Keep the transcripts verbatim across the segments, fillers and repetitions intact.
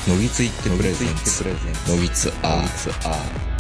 のぎついってプレゼンツのぎつアー。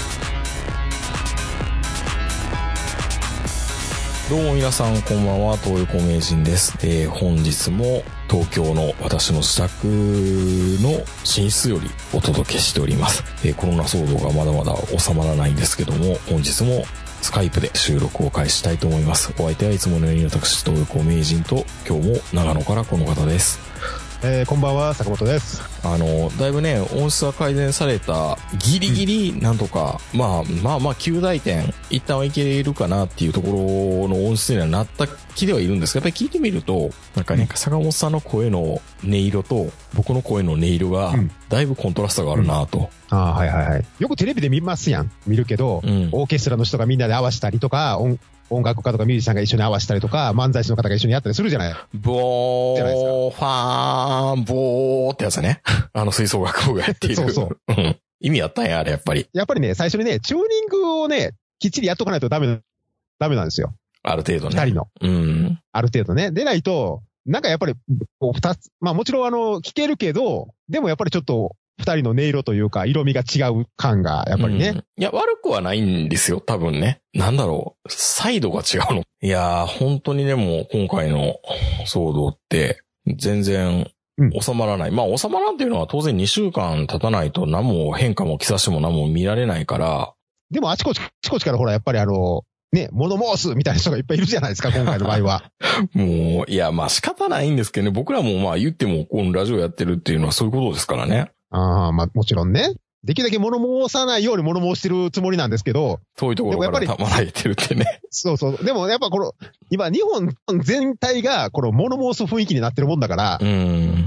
どうも皆さんこんばんは、東横名人です。えー、本日も東京の私の自宅の寝室よりお届けしております。えー、コロナ騒動がまだまだ収まらないんですけども、本日もスカイプで収録を開始したいと思います。お相手はいつものように私東横名人と、今日も長野からこの方です。 えー、こんばんは、坂本です。 あの、だいぶね、音質は改善された、ギリギリなんとか、うん、まあまあまあ、きゅうだいてん、一旦はいけるかなっていうところの音質にはなった気ではいるんですけど、やっぱり聞いてみると、なんかね、うん、坂本さんの声の音色と、僕の声の音色が、だいぶコントラストがあるなと。うんうん、 ああ、はいはいはい。よくテレビで見ますやん。見るけど、うん、オーケストラの人がみんなで合わせたりとか、音音楽家とかミュージシャンが一緒に合わせたりとか、漫才師の方が一緒にやったりするじゃない。 ボー、ファーン、ボーってやつね。あの吹奏楽部がやっている。 そうそう。 意味あったんや、あれ、やっぱり。 やっぱりね、最初にね、チューニングをね、きっちりやっとかないとダメ、ダメなんですよ。 ある程度ね。 二人の。 うん。 ある程度ね。でないと、なんかやっぱり、こう二つ、まあもちろんあの、聞けるけど、でもやっぱりちょっと、二人の音色というか、色味が違う感が、やっぱりね、うん。 いや、悪くはないんですよ、多分ね。なんだろう、サイドが違うの。いやー、本当にね、もう今回の騒動って、全然収まらない。うん、まあ、収まらんっていうのは当然にしゅうかん経たないと何も変化も兆しも何も見られないから。 でも、あちこち、あちこちからほら、やっぱりあの、ね、物申すみたいな人がいっぱいいるじゃないですか、今回の場合は。 もう、いや、まあ仕方ないんですけどね、僕らもまあ言っても、このラジオやってるっていうのはそういうことですからね。 ああ、まあもちろんね。できるだけ物申さないように物申してるつもりなんですけど。 遠いところからたまられてるってね。 そうそう。でもやっぱこの、今日本全体がこの物申す雰囲気になってるもんだから、うん、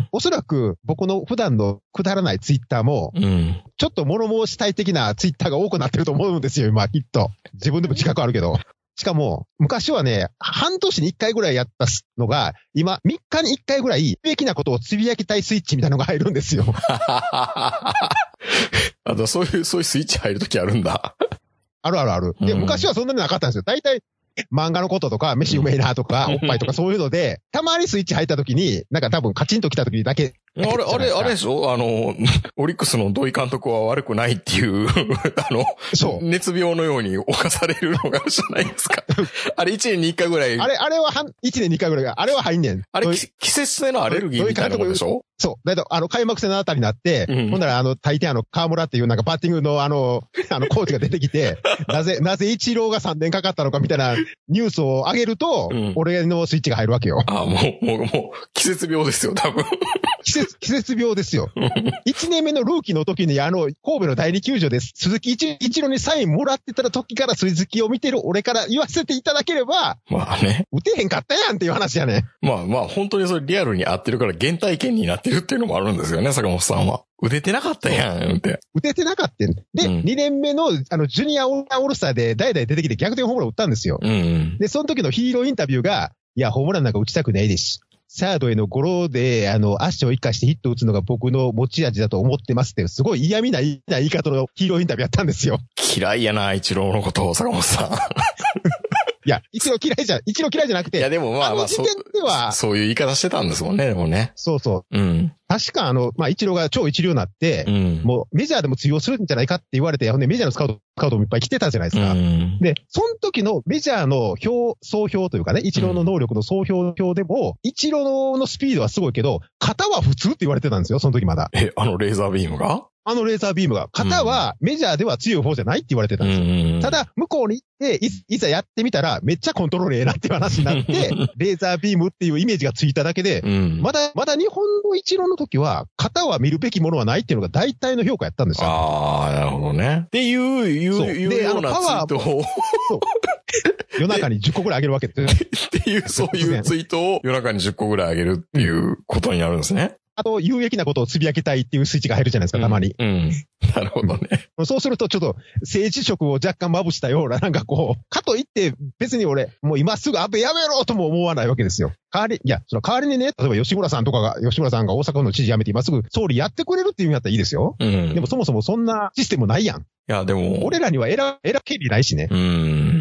おそらく僕の普段のくだらないツイッターも、うん、ちょっと物申したい的なツイッターが多くなってると思うんですよ、今きっと。自分でも自覚あるけど。しかも、昔はね、半年にいっかいぐらいやったのが、今、みっかにいっかいぐらい、有益なことをつぶやきたいスイッチみたいなのが入るんですよ。 あと、そういう、そういうスイッチ入るときあるんだ。 あるあるある。で、うん、昔はそんなになかったんですよ。大体、漫画のこととか、飯うめえなとか、おっぱいとかそういうので、たまにスイッチ入ったときに、なんか多分カチンと来たときだけ。 あれ、あれ、あれでしょあの、オリックスの土井監督は悪くないっていう、あの、そう。熱病のように侵されるのがあるじゃないですか。あれいちねんにいっかいぐらい。 あれ、あれは半、いちねんにいっかいぐらいが、あれは入んねん。 あれ、季節性のアレルギーみたいなことでしょそう。だけど、あの、開幕戦のあたりになって、うん、ほんなら、あの、大抵あの、河村っていうなんかバッティングのあの、あの、コーチが出てきて、なぜ、なぜイチローがさんねんかかったのかみたいなニュースを上げると、うん、俺のスイッチが入るわけよ。 ああ、もう、もう、もう、季節病ですよ、多分。 季節、季節病ですよ。いちねんめのルーキーの時に、あの、神戸の第二球場で鈴木一郎にサインもらってた時から鈴木を見てる俺から言わせていただければ、 まあね。 打てへんかったやんっていう話やね。 まあまあ、本当にそれリアルに合ってるから原体験になってるっていうのもあるんですよね、坂本さんは。打ててなかったやんって。 打ててなかったんで、うん、にねんめの、あの、ジュニアオールスターで代々出てきて逆転ホームラン打ったんですよ。うんうん、で、その時のヒーローインタビューが、いや、ホームランなんか打ちたくないです。サードへのゴロで、あの、足を生かしてヒット打つのが僕の持ち味だと思ってますって、すごい嫌味な言い方のヒーローインタビューやったんですよ。 嫌いやな、イチローのことを、坂本さん。 いや、一郎嫌いじゃ、一郎嫌いじゃなくて。 いや、でもまあまあ、 そ、 そういう言い方してたんですもんね、でもね。 そうそう。うん。確かあの、まあ、一郎が超一流になって、うん、もうメジャーでも通用するんじゃないかって言われて、ほんでメジャーのスカウト、スカウトもいっぱい来てたじゃないですか。うん、で、その時のメジャーの表、総評というかね、一郎の能力の総評表でも、うん、一郎のスピードはすごいけど、肩は普通って言われてたんですよ、その時まだ。 え、あのレーザービームがあのレーザービームが。肩はメジャーでは強い方じゃないって言われてたんですよ。うん、ただ、向こうに行ってい、いざやってみたら、めっちゃコントロールええなっていう話になって、レーザービームっていうイメージがついただけで、うん、まだ、まだ日本のイチローの時は、肩は見るべきものはないっていうのが大体の評価やったんですよ。 ああ、なるほどね。っていう、いう、いうようなツイートを。そう。 夜中にじゅっこぐらい上げるわけです。 っていう、そういうツイートを夜中にじゅっこぐらい上げるっていうことになるんですね。 あと、有益なことをつぶやきたいっていうスイッチが入るじゃないですか、たまに。 うん。うん、なるほどね。 そうすると、ちょっと、政治色を若干まぶしたような、なんかこう、かといって、別に俺、もう今すぐ安倍やめろとも思わないわけですよ。代わり、いや、その代わりにね、例えば吉村さんとかが、吉村さんが大阪の知事辞めて今すぐ総理やってくれるっていう意味だったらいいですよ。うん。でもそもそもそんなシステムないやん。 いや、でも。 俺らには選、選ぶ権利ないしね。 うん。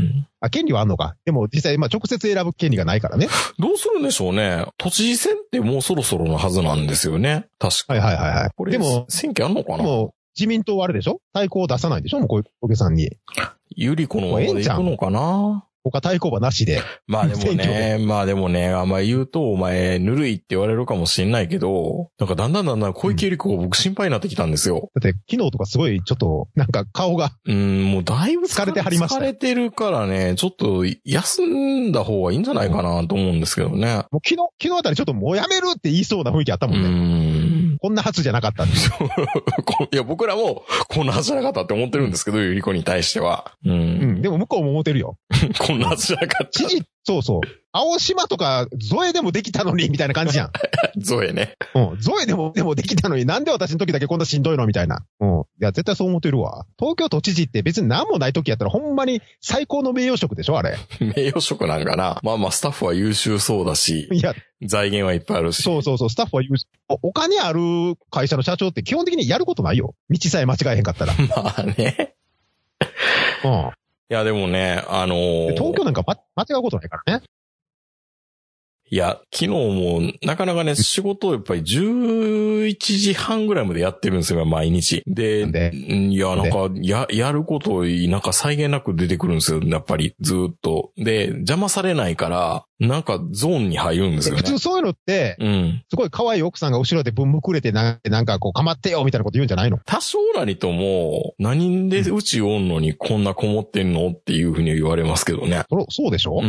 あ、権利はあんのか。でも実際、まあ直接選ぶ権利がないからね。 どうするんでしょうね。都知事選ってもうそろそろのはずなんですよね。確か。 はいはいはいはい。 これ、 でも、 選挙あんのかな？ でも、自民党はあれでしょ？対抗を出さないでしょ？もう小池さんに。 ゆり子のままで行くのかな？ 他対抗馬なしで。 まあでもね、まあでもね、あんま言うとお前ぬるいって言われるかもしんないけど、なんかだんだんだんだん小池百合子が僕心配になってきたんですよ。 だって昨日とかすごいちょっっと、なんか顔が。 うん、もうだいぶ疲れてはりました。 疲れてるからね、ちょっと休んだ方がいいんじゃないかなと思うんですけどね。 もう昨日、昨日あたりちょっともうやめるって言いそうな雰囲気あったもんね。うんこんなはずじゃなかったんですいや、僕らもこんなはずじゃなかったって思ってるんですけど、ゆり子に対しては。 うん。うん。でも向こうも思ってるよ。 こんなはずじゃなかった。 知事、そうそう。青島とか、ゾエでもできたのに、みたいな感じじゃん。 ゾエね。 うん。ゾエでも、でもできたのに、なんで私の時だけこんなしんどいのみたいな。うん。いや、絶対そう思ってるわ。東京都知事って別に何もない時やったら、ほんまに最高の名誉職でしょあれ。 名誉職なんかな。まあまあ、スタッフは優秀そうだし。 いや。 財源はいっぱいあるし。 そうそうそう、スタッフは優秀。お、お金ある会社の社長って基本的にやることないよ。道さえ間違えへんかったら。 まあね。 うん。 いや、でもね、あのー、 東京なんか、ま、間違うことないからね。 いや、昨日も、なかなかね、仕事をやっぱりじゅういちじはんぐらいまでやってるんですよ、毎日。で、 でいや、なんか、や、やること、なんか際限なく出てくるんですよ、やっぱり、ずーっと。で、邪魔されないから、なんかゾーンに入るんですよね。 普通そういうのって、うん。すごい可愛い奥さんが後ろでぶんむくれてな、なんかこう、かまってよ、みたいなこと言うんじゃないの？ 多少なりとも、何でうちおんのにこんなこもってんのっていうふうに言われますけどね。 そ、そうでしょ？ うん。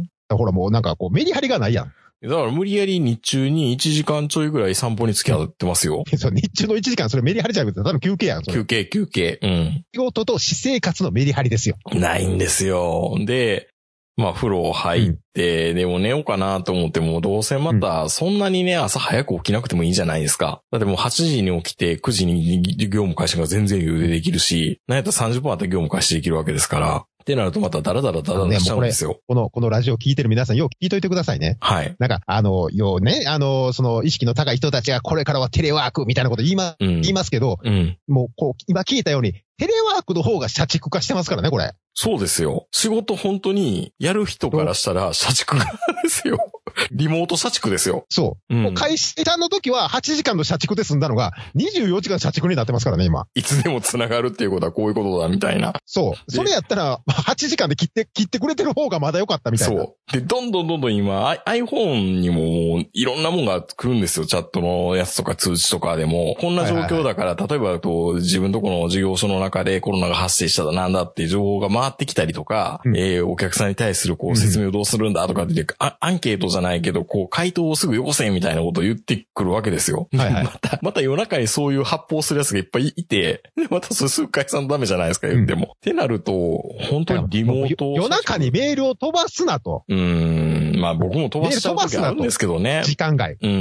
ほらもうなんかこうメリハリがないやん。 だから無理やり日中にいちじかんちょいぐらい散歩に付き合ってますよ。 そう、日中のいちじかんそれメリハリじゃなくてただの休憩やん。 休憩休憩。うん。 仕事と私生活のメリハリですよ。 ないんですよ。で、まあ風呂入って、うん、でも寝ようかなと思ってもどうせまたそんなにね、朝早く起きなくてもいいじゃないですか。だってもうはちじに起きてくじに業務開始が全然余裕でできるし、なんやったらさんじゅっぷんあったら業務開始できるわけですから。ってなるとまたダラダラダラダラしちゃうんですよ。ね、 この、このラジオ聞いてる皆さんよく聞いといてくださいね。 はい。 なんか、あの、ようね、あの、その意識の高い人たちがこれからはテレワークみたいなこと言いま、うん、言いますけど、うん、もうこう、今聞いたように、テレワークの方が社畜化してますからね、これ。 そうですよ。仕事本当にやる人からしたら社畜化ですよ。リモート社畜ですよ。 そう。うん、もう会社の時ははちじかんの社畜で済んだのがにじゅうよじかん社畜になってますからね、今。 いつでも繋がるっていうことはこういうことだみたいな。 そう。それやったらはちじかんで切って、切ってくれてる方がまだ良かったみたいな。 そう。で、どんどんどんどん今 iPhone にももういろんなもんが来るんですよ。チャットのやつとか通知とかでも。こんな状況だから、はいはいはい、例えばと自分とこの事業所の中でコロナが発生したらなんだっていう情報が回ってきたりとか、うん、えー、お客さんに対するこう説明をどうするんだとかって、うん、あアンケートじゃないけど、こう回答をすぐよこせみたいなことを言ってくるわけですよ。はいはい、また、また夜中にそういう発砲するやつがいっぱいいて、またそれすぐ解散ダメじゃないですか、言っても。うん、ってなると、本当にリモート。 夜中にメールを飛ばすなと。 うーん。まあ僕も飛ばしちゃう時あるんですけどね。 時間外。 うん。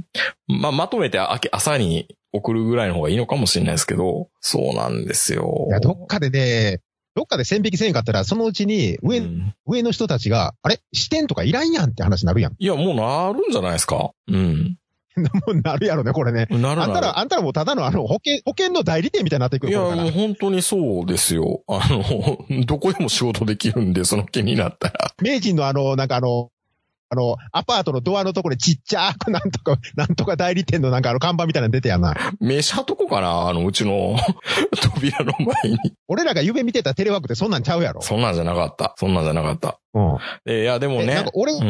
まあまとめて朝に送るぐらいの方がいいのかもしれないですけど、そうなんですよ。 いや、どっかでね、どっかで線引きせんかったら、そのうちに上、うん、上の人たちが、あれ視点とかいらんやんって話になるやん。 いや、もうなるんじゃないですか。うん。 もうなるやろね、これね。なるなる。あんたら、あんたらもうただのあの、保険、保険の代理店みたいになっていくよ。いや、もう本当にそうですよ。あの、どこでも仕事できるんで、その気になったら。 名人のあの、なんかあの、あの、アパートのドアのところにちっちゃくなんとか、なんとか代理店のなんかあの看板みたいなの出てやんな。名刺貼っとこうかな、あの、うちの扉の前に。 俺らが夢見てたテレワークってそんなんちゃうやろ。 そんなんじゃなかった。そんなんじゃなかった。うん。え、いや、でもね。 なんか俺、うん、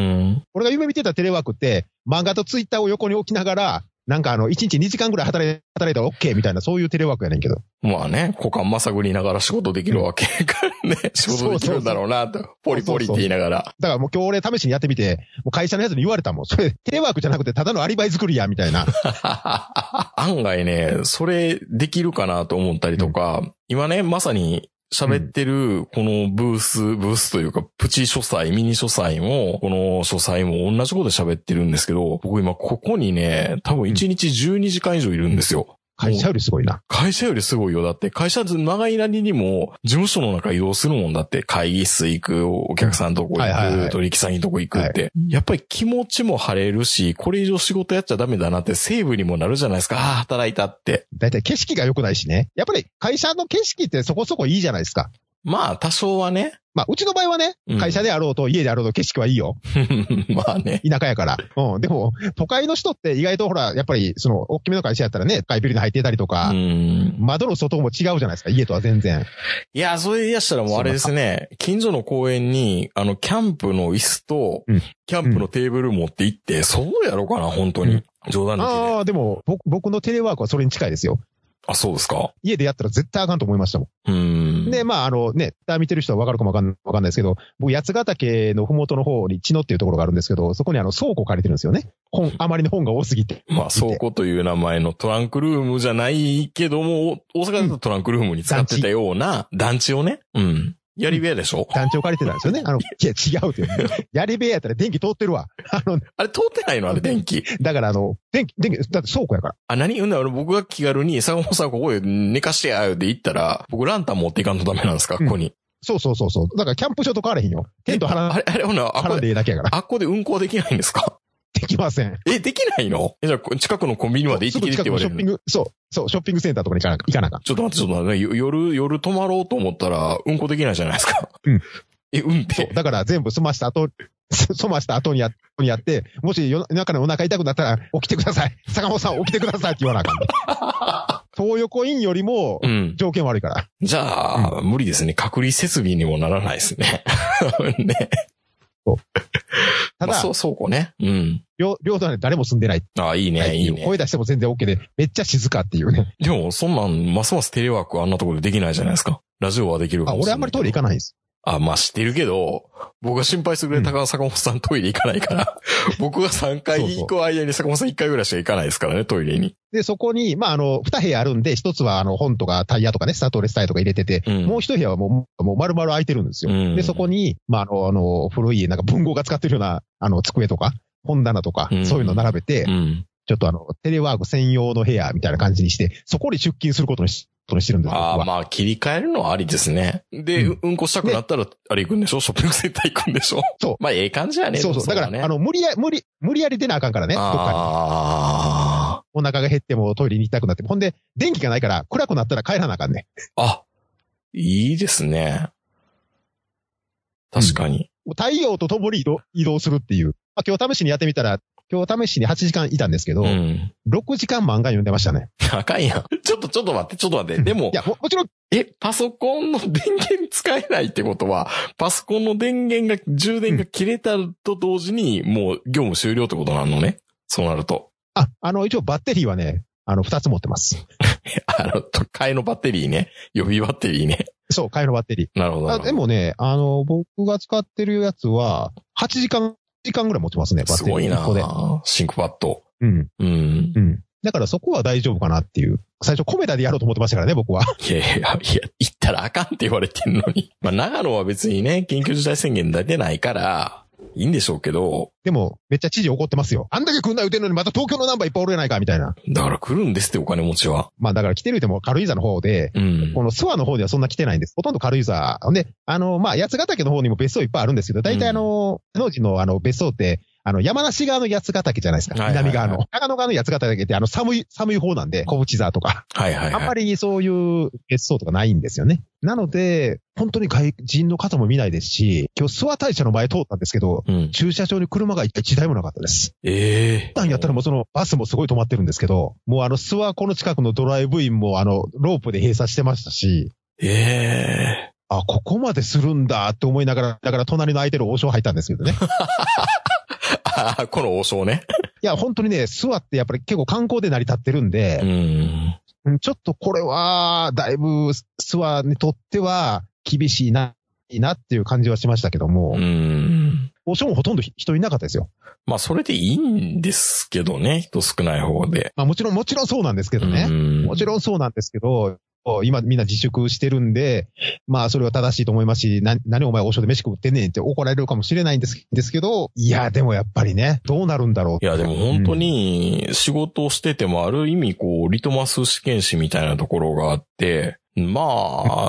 俺が夢見てたテレワークって、漫画とツイッターを横に置きながら、なんかあの、いちにちにじかんぐらい働い、働いたら OK みたいな、そういうテレワークやねんけど。 まあね、股間まさぐりながら仕事できるわけからね、仕事できるんだろうなと、ポリポリって言いながら。だからもう今日俺試しにやってみて、もう会社のやつに言われたもん。それ、テレワークじゃなくてただのアリバイ作りや、みたいな。 案外ね、それできるかなと思ったりとか、うん、今ね、まさに、喋ってる、このブース、ブースというか、プチ書斎、ミニ書斎も、この書斎も同じことで喋ってるんですけど、僕今ここにね、多分いちにちじゅうにじかん以上いるんですよ。 会社よりすごいな。 会社よりすごいよ。だって会社長いなりにも事務所の中移動するもんだって、会議室行く、お客さんとこ行く、はいはいはい、取引先とこ行くって、はい。やっぱり気持ちも晴れるし、これ以上仕事やっちゃダメだなってセーブにもなるじゃないですか。ああ、働いたって。 だいたい景色が良くないしね。やっぱり会社の景色ってそこそこいいじゃないですか。 まあ、多少はね。 まあ、うちの場合はね、会社であろうと家であろうと景色はいいよ。 まあね。 田舎やから。うん。でも、都会の人って意外とほら、やっぱり、その、大きめの会社やったらね、高いビルに入ってたりとか、窓の外も違うじゃないですか、家とは全然。 いや、それ言い出したらもうあれですね、近所の公園に、あの、キャンプの椅子と、キャンプのテーブル持って行って、うん、そうやろうかな、本当に。うん、冗談抜きで。 ああ、でも、僕のテレワークはそれに近いですよ。 あ、そうですか。 家でやったら絶対あかんと思いましたもん。うん。で、まあ、あのね、見てる人はわかるかもわかんないですけど、僕、八ヶ岳のふもとの方に、茅野っていうところがあるんですけど、そこにあの、倉庫借りてるんですよね。本、あまりに本が多すぎて。 まあ、倉庫という名前のトランクルームじゃないけども、大阪だとトランクルームに使ってたような団地をね。うん。やり部屋でしょ、うん、 団地を借りてたんですよね。あの、いや、違うって。やり部屋やったら電気通ってるわ。 あの、あれ通ってないのあれ電気。 だからあの、電気、電気、だって倉庫やから。 あ、何うんだ僕が気軽に、坂本さんここで寝かしてや、で行ったら、僕ランタン持っていかんとダメなんですか、ここに。うん、そうそうそうそう。だからキャンプ場と変われへんよ。テント払う。 あれ、あれ、ほな、 あこでだけやから。 あっこで運行できないんですか？ できません。 え、できないの？え、じゃあ、近くのコンビニまで行ってきてって言われるの？ ショッピング、そう、そう、ショッピングセンターとかに行かなか、行かなか。 ちょっと待って、ちょっと待って、夜、夜泊まろうと思ったら、運行できないじゃないですか。 うん。 え、うんって。 そう。だから全部済ました後、済ました後にや、にやって、もし夜中にお腹痛くなったら、起きてください。坂本さん起きてくださいって言わなあかんね。東横インよりも、条件悪いから。 うん、じゃあ、うん、無理ですね。隔離設備にもならないですね。ね。 そう。ただ、 まあ、そう、そうこうね。うん。 両、両隣誰も住んでない。 ああ、いいね、いいね。 声出しても全然 OK で、めっちゃ静かっていうね。 でも、そんなん、ますますテレワークあんなところでできないじゃないですか。ラジオはできるかもしれない。 あ、俺あんまりトイレ行かないんです。 あ、まあ、知ってるけど、僕が心配するぐらい高坂本さんトイレ行かないから、うん、僕がさんかい行く間に坂本さんいっかいぐらいしか行かないですからね、トイレに。 で、そこに、まあ、あの、二部屋あるんで、一つはあの、本とかタイヤとかね、スタートレスタイとか入れてて、うん、もう一部屋はもう、もう丸々空いてるんですよ。うん、で、そこに、まあ、あの、あの、古い、なんか文豪が使ってるような、あの、机とか、本棚とか、うん、そういうの並べて、うん、ちょっとあの、テレワーク専用の部屋みたいな感じにして、そこに出勤することにし、にしてるんですよ。 ああ、まあ、切り替えるのはありですね。で、うん、うんこしたくなったら、あれ行くんでしょ？ショッピングセンター行くんでしょ？そう。まあ、ええ感じやね。 そうそう。だから、ね、あの、無理や、無理、無理やり出なあかんからね。どっかに。ああ。お腹が減ってもトイレに行きたくなっても。ほんで、電気がないから、暗くなったら帰らなあかんね。 あ、いいですね。確かに。 うん、太陽と共に移動、移動するっていう。まあ、今日試しにやってみたら、今日試しにはちじかんいたんですけど、うん、ろくじかん漫画読んでましたね。 あかんやん。ちょっと、ちょっと待って、ちょっと待って。でも、 いやも、もちろん、 え、パソコンの電源使えないってことは、パソコンの電源が、充電が切れたと同時に、もう業務終了ってことなのね。そうなると。 あ、あの、一応バッテリーはね、あの、二つ持ってます。 あの、替えのバッテリーね。予備バッテリーね。 そう、替えのバッテリー。 なるほど。 でもね、あの、僕が使ってるやつは、はちじかん、時間ぐらい持ちますね、バッテリー。すごいなぁ。シンクパッド。 うん。 うん。 うん。だからそこは大丈夫かなっていう。最初コメダでやろうと思ってましたからね、僕は。 いやいや、いや、行ったらあかんって言われてんのに。まあ、長野は別にね、緊急事態宣言出てないから、いいんでしょうけど。 でも、めっちゃ知事怒ってますよ。あんだけ来んな言うてんのにまた東京のナンバーいっぱいおるやないか、みたいな。 だから来るんですって、お金持ちは。 まあだから来てる言うても軽井沢の方で、うん、この諏訪の方ではそんな来てないんです。ほとんど軽井沢。で、あの、まあ、八ヶ岳の方にも別荘いっぱいあるんですけど、大体あの、当、うん、時のあの別荘って、あの、山梨側の八ヶ岳じゃないですか。南側の。長野側の八ヶ岳って、あの、寒い、寒い方なんで、小淵沢とか。 はいはい、はい。 あんまりそういう別荘とかないんですよね。なので、本当に外人の方も見ないですし、今日諏訪大社の前通ったんですけど、うん、駐車場に車が一台もなかったです。 ええー。 普段やったらもうそのバスもすごい止まってるんですけど、もうあの諏訪湖の近くのドライブインもあの、ロープで閉鎖してましたし。 ええー。 あ、ここまでするんだって思いながら、だから隣の空いてる王将入ったんですけどね。 あこの王将ね。 いや、本当にね、諏訪ってやっぱり結構観光で成り立ってるんで、うんちょっとこれは、だいぶ諏訪にとっては厳しいな、いいなっていう感じはしましたけども、うん王将もほとんど人いなかったですよ。 まあ、それでいいんですけどね、人少ない方で。 まあ、もちろん、もちろんそうなんですけどね。もちろんそうなんですけど、今みんな自粛してるんで、まあそれは正しいと思いますし、な、何お前王将で飯食ってんねんって怒られるかもしれないんですですけど、いやでもやっぱりね、どうなるんだろう。 いやでも本当に仕事をしててもある意味こう、リトマス試験紙みたいなところがあって、まあ、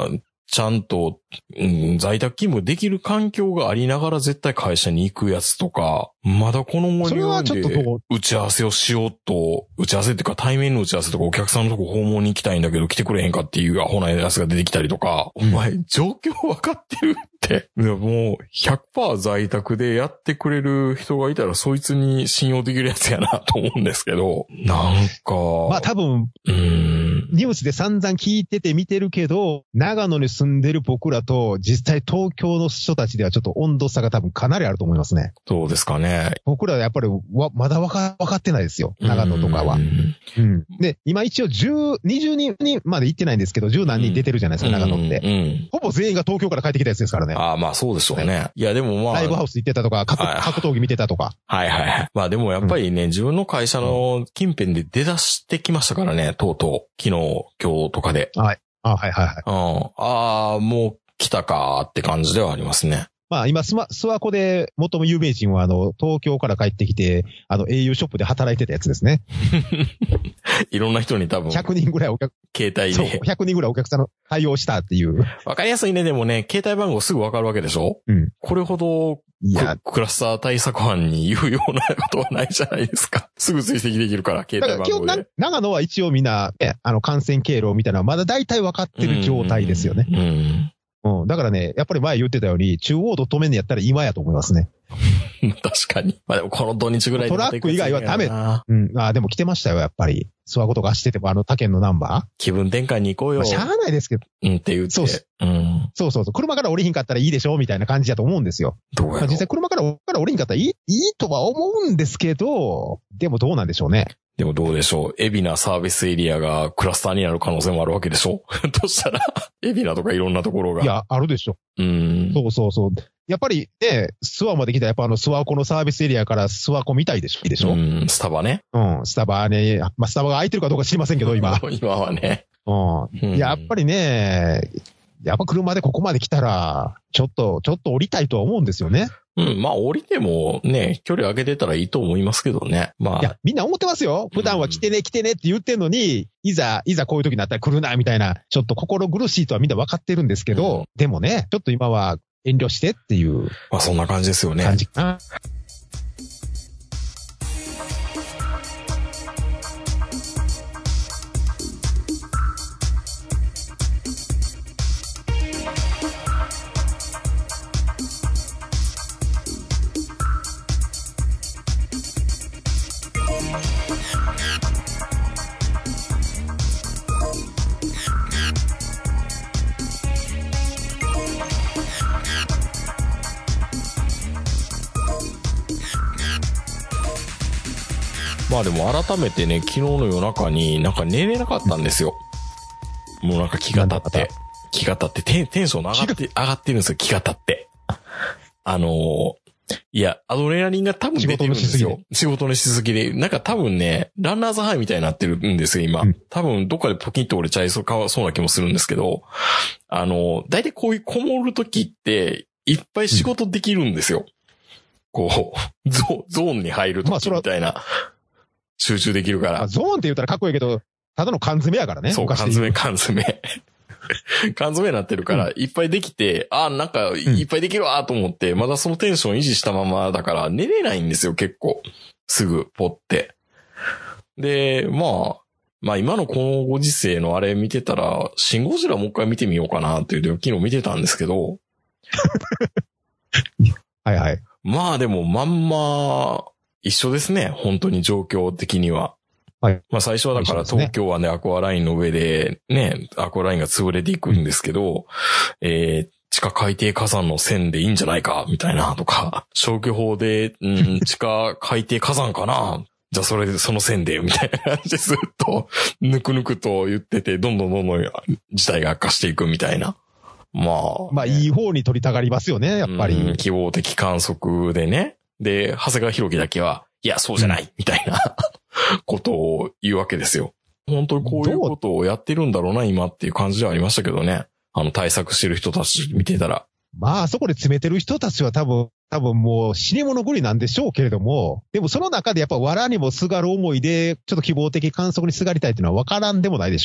ちゃんと、うん、在宅勤務できる環境がありながら絶対会社に行くやつとか、まだこの森をで打ち合わせをしようと、打ち合わせっていうか対面の打ち合わせとかお客さんのとこ訪問に行きたいんだけど来てくれへんかっていうアホなやつが出てきたりとか、お前状況わかってるって。もう ひゃくパーセント 在宅でやってくれる人がいたらそいつに信用できるやつやなと思うんですけど、なんか。 まあ多分、うーんニュースで散々聞いてて見てるけど、長野に住んでる僕らと実際東京の人たちではちょっと温度差が多分かなりあると思いますね。 そうですかね。 僕らはやっぱりわまだわか、わかってないですよ。長野とかは。うん、うん。で、今一応じゅう、にじゅうにんまで行ってないんですけど、じゅう何人出てるじゃないですか、うん、長野って、うんうん。ほぼ全員が東京から帰ってきたやつですからね。 ああ、まあそうでしょうね。いやでもまあ。 ライブハウス行ってたとか、格, 格闘技見てたとか。 はいはいはい。まあでもやっぱりね、うん、自分の会社の近辺で出だしてきましたからね、とうとう。昨日、今日とかで。 はい。あはいはいはい。 うん。ああ、もう来たかって感じではありますね。 まあ今、スマ、スワコで最も有名人はあの、東京から帰ってきて、あの、au ショップで働いてたやつですね。 いろんな人に多分。 ひゃくにんぐらいお客、 携帯で。 そう、ひゃくにんぐらいお客さんの対応したっていう。 わかりやすいね、でもね、携帯番号すぐわかるわけでしょ？うん。これほど、いや、クラスター対策班に言うようなことはないじゃないですか。すぐ追跡できるから、携帯番号で。だから基本、 長野は一応みんな、ね、あの、感染経路みたいなのはまだ大体わかってる状態ですよね。うん。うんうん。だからね、やっぱり前言ってたように、中央道止めんのやったら今やと思いますね。 確かに。まあでもこの土日ぐらいトラック以外はダメ。うん。ああ、でも来てましたよ、やっぱり。諏訪湖とか走ってても、あの他県のナンバー気分転換に行こうよ。 まあ、しゃあないですけど。 うんって言って。 そうそう。うん。そうそうそう。車から降りひんかったらいいでしょみたいな感じだと思うんですよ。 どうやろう。 まあ、実際車から降りひんかったらいい、いいとは思うんですけど、でもどうなんでしょうね。 でもどうでしょう。海老名サービスエリアがクラスターになる可能性もあるわけでしょとしたら、海老名とかいろんなところが。 いや、あるでしょ。うん。そうそうそう。やっぱりね、諏訪まで来たらやっぱあの諏訪湖のサービスエリアから諏訪湖見たいでしょいいでしょうん、 スタバね。 うん、スタバね。まあ、スタバが空いてるかどうか知りませんけど、今。 今はね。 うん。やっぱりね、やっぱ車でここまで来たら、ちょっと、ちょっと降りたいとは思うんですよね。 うん、まあ降りてもね、距離上げてたらいいと思いますけどね。まあ。 いや、みんな思ってますよ。普段は来てね、来てねって言ってんのに、いざ、いざこういう時になったら来るな、みたいな、ちょっと心苦しいとはみんな分かってるんですけど、うん、でもね、ちょっと今は遠慮してっていう。 まあそんな感じですよね。 感じかな。 まあでも改めてね、昨日の夜中になんか寝れなかったんですよ。もうなんか気が立って、気が立ってテン、テンション上がって、上がってるんですよ、気が立って。あのー、いや、アドレナリンが多分出てるんですよ。仕事のしすぎで。なんか多分ね、ランナーズハイみたいになってるんですよ、今。うん、多分どっかでポキッと折れちゃいそうかそうな気もするんですけど、あのー、大体こういうこもるときって、いっぱい仕事できるんですよ。うん、こう、ゾ、ゾーンに入るときみたいな。まあ集中できるから。 ゾーンって言ったらかっこいいけど、ただの缶詰やからね。 そう、缶詰、缶詰。缶詰になってるから、うん、いっぱいできて、ああ、なんか、いっぱいできるわと思って、うん、まだそのテンション維持したままだから、寝れないんですよ、結構。すぐ、ポって。で、まあ、まあ今のこのご時世のあれ見てたら、シンゴジラもう一回見てみようかなっていう、昨日見てたんですけど。 はいはい。 まあでも、まんま、一緒ですね。本当に状況的には。はい。まあ最初はだから東京はね、アクアラインの上でね、アクアラインが潰れていくんですけど、えー、地下海底火山の線でいいんじゃないか、みたいなとか、消去法で、うん、地下海底火山かなじゃあそれでその線で、みたいな感じでずっと、ぬくぬくと言ってて、どんどんどんどん事態が悪化していくみたいな。まあ、ね。 まあいい方に取りたがりますよね、やっぱり。 うん、希望的観測でね。で、長谷川博己だけは、いや、そうじゃない、みたいなことを言うわけですよ。本当にこういうことをやってるんだろうな、今っていう感じではありましたけどね。あの、対策してる人たち見てたら。 まあ、そこで詰めてる人たちは多分、多分もう死に物狂いなんでしょうけれども、でもその中でやっぱ藁にもすがる思いで、ちょっと希望的観測にすがりたいっていうのは分からんでもないでしょう。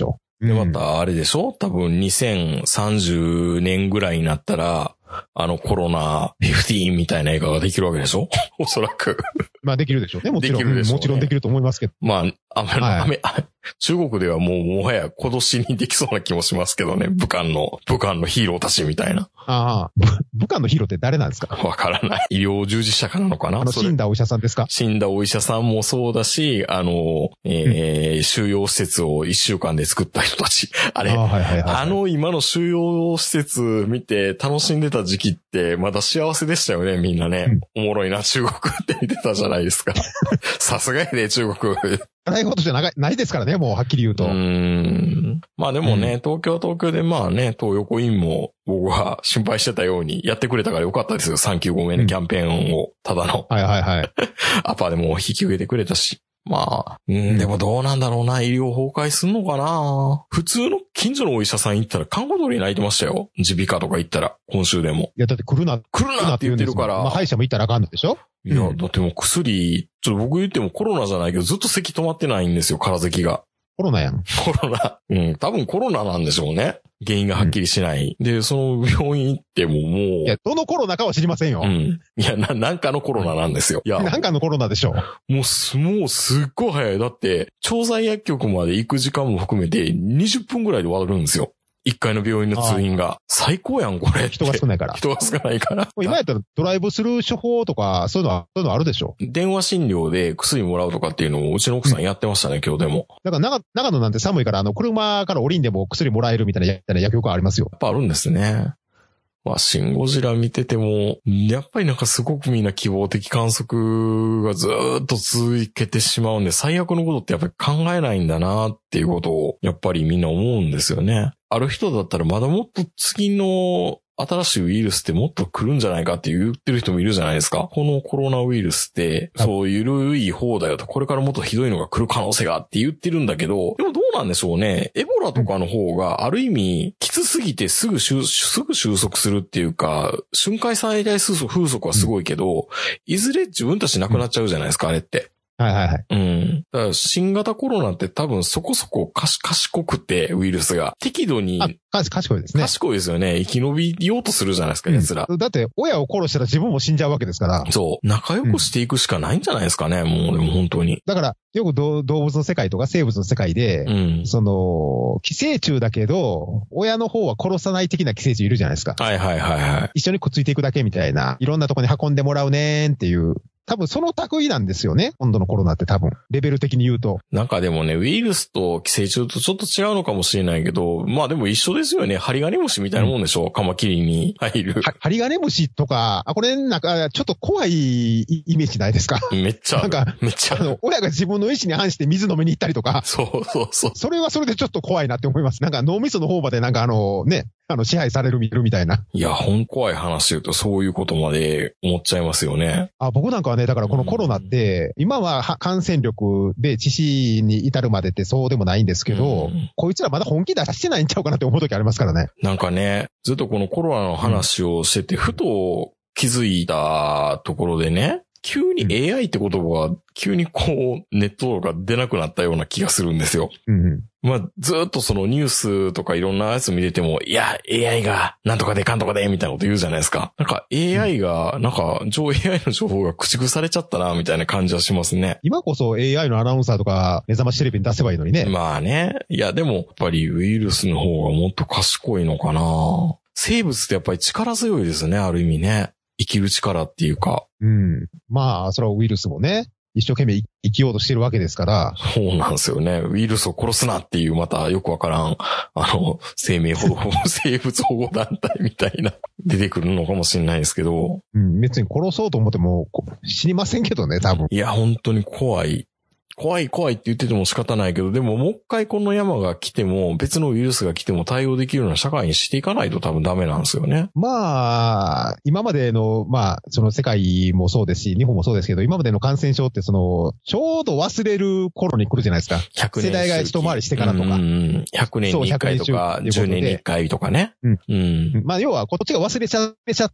で、またあれでしょ？多分にせんさんじゅうねんぐらいになったら、あのコロナじゅうごみたいな映画ができるわけでしょ？おそらく。 まあできるでしょうね。もちろん。 できるでしょうね。 もちろんできると思いますけど。 まあ、あめ、はい、あめ、中国ではもうもはや今年にできそうな気もしますけどね。武漢の、武漢のヒーローたちみたいな。 ああ。武漢のヒーローって誰なんですか？ わからない。医療従事者かなのかな？ あの、死んだお医者さんですか？ 死んだお医者さんもそうだし、あの、えーうん、収容施設をいっしゅうかんで作った人たち。あれ、あ、はいはいはいはい、あの今の収容施設見て楽しんでた時期ってまだ幸せでしたよね、みんなね。うん、おもろいな、中国って見てたじゃないですか。さすがやで、中国。 ないことじゃな、ないですからね、もうはっきり言うと。 うーん。まあでもね、うん、東京は東京でまあね、東横インも僕は心配してたようにやってくれたからよかったですよ。さんきゅうごめいのキャンペーンを、ただの。 はいはいはい。 アパでも引き受けてくれたし。まあ、うん、でもどうなんだろうな、医療崩壊すんのかな。普通の近所のお医者さん行ったら看護鳥泣いてましたよ。耳鼻科とか行ったら、今週でも。 いや、だって来るな、 来るなって言ってるから。 まあ歯医者も行ったらあかんのでしょ？ いや、だってもう薬、ちょっと僕言ってもコロナじゃないけど、ずっと咳止まってないんですよ、空咳が。 コロナやん。 コロナ。うん、多分コロナなんでしょうね。原因がはっきりしない。うん、で、その病院行ってももう。いや、どのコロナかは知りませんよ。 うん。いや、な、なんかのコロナなんですよ。いや。 なんかのコロナでしょう。もうす、もうすっごい早い。だって、調剤薬局まで行く時間も含めてにじゅっぷんぐらいで終わるんですよ。一階の病院の通院が。最高やん、これ。 人が少ないから。 人が少ないから。 今やったらドライブスルー処方とか、そういうのは、そういうのあるでしょ？ 電話診療で薬もらうとかっていうのをうちの奥さんやってましたね、うん、今日でも。 だから長、長野なんて寒いから、あの、車から降りんでも薬もらえるみたいな、みたいな薬局ありますよ。 やっぱあるんですね。まあ、シンゴジラ見てても、やっぱりなんかすごくみんな希望的観測がずーっと続けてしまうんで、最悪のことってやっぱり考えないんだなっていうことを、やっぱりみんな思うんですよね。ある人だったらまだもっと次の新しいウイルスってもっと来るんじゃないかって言ってる人もいるじゃないですか。このコロナウイルスって、そう緩い方だよと、これからもっとひどいのが来る可能性があって言ってるんだけど、でもどうなんでしょうね。エボラとかの方がある意味きつすぎてすぐ収すぐ収束するっていうか、瞬間最大風速はすごいけど、いずれ自分たちなくなっちゃうじゃないですか、あれって。 はいはいはい。 うん。だから新型コロナって多分そこそこかし賢くて、ウイルスが。適度に。 あ、賢いですね。 賢いですよね。生き延びようとするじゃないですか、奴ら。 だって、親を殺したら自分も死んじゃうわけですから。 そう。仲良くしていくしかないんじゃないですかね、うん、もう、でも本当に。 だから、よく動物の世界とか生物の世界で、うん、その、寄生虫だけど、親の方は殺さない的な寄生虫いるじゃないですか。 はいはいはいはい。 一緒にくっついていくだけみたいな、いろんなとこに運んでもらうねーっていう。多分その類なんですよね。今度のコロナって多分。レベル的に言うと。 なんかでもね、ウイルスと寄生虫とちょっと違うのかもしれないけど、まあでも一緒ですよね。ハリガネムシみたいなもんでしょ、うん、カマキリに入る。 ハリガネムシとか、あ、これなんかちょっと怖いイメージないですか？ めっちゃ。 なんか、めっちゃ。あの、親が自分の意思に反して水飲みに行ったりとか。 そうそうそう。 それはそれでちょっと怖いなって思います。なんか脳みその方までなんかあの、ね、あの、支配されるみたいな。 いや、ほん怖い話言うとそういうことまで思っちゃいますよね。 あ、僕なんかはね、だからこのコロナって、うん、今は感染力で致死に至るまでってそうでもないんですけど、うん、こいつらまだ本気出してないんちゃうかなって思う時ありますからね。 なんかね、ずっとこのコロナの話をしてて、うん、ふと気づいたところでね、急に エーアイ って言葉が急にこうネットが出なくなったような気がするんですよ。うんうん、まあずっとそのニュースとかいろんなやつ見てても、いや エーアイ がなんとかでかんとかでみたいなこと言うじゃないですか。なんか エーアイ が、なんか上 エーアイ の情報が駆逐されちゃったなみたいな感じはしますね。 今こそ エーアイ のアナウンサーとか目覚ましテレビに出せばいいのにね。 まあね。いやでもやっぱりウイルスの方がもっと賢いのかな。生物ってやっぱり力強いですね、ある意味ね。生きる力っていうか。 うん。まあ、それはウイルスもね、一生懸命生きようとしてるわけですから。 そうなんですよね。ウイルスを殺すなっていう、またよくわからん、あの、生命保護、生物保護団体みたいな、出てくるのかもしれないですけど。 うん、別に殺そうと思っても死にませんけどね、多分。 いや、本当に怖い。怖い怖いって言ってても仕方ないけど、でももう一回この山が来ても、別のウイルスが来ても対応できるような社会にしていかないと多分ダメなんですよね。 まあ、今までの、まあ、その世界もそうですし、日本もそうですけど、今までの感染症ってその、ちょうど忘れる頃に来るじゃないですか。ひゃくねん世代が一回りしてからとか。うん、 ひゃくねんにいっかいとか、じゅうねんにいっかいとかね。うん。うん。 まあ、要はこっちが忘れちゃって、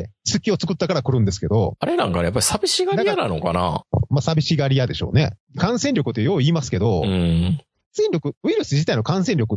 隙を作ったから来るんですけど。 あれなんかね、やっぱり寂しがり屋なのかな。 まあ、寂しがり屋でしょうね。感染力ってよう言いますけど、うん、 染力、ウイルス自体の感染力って、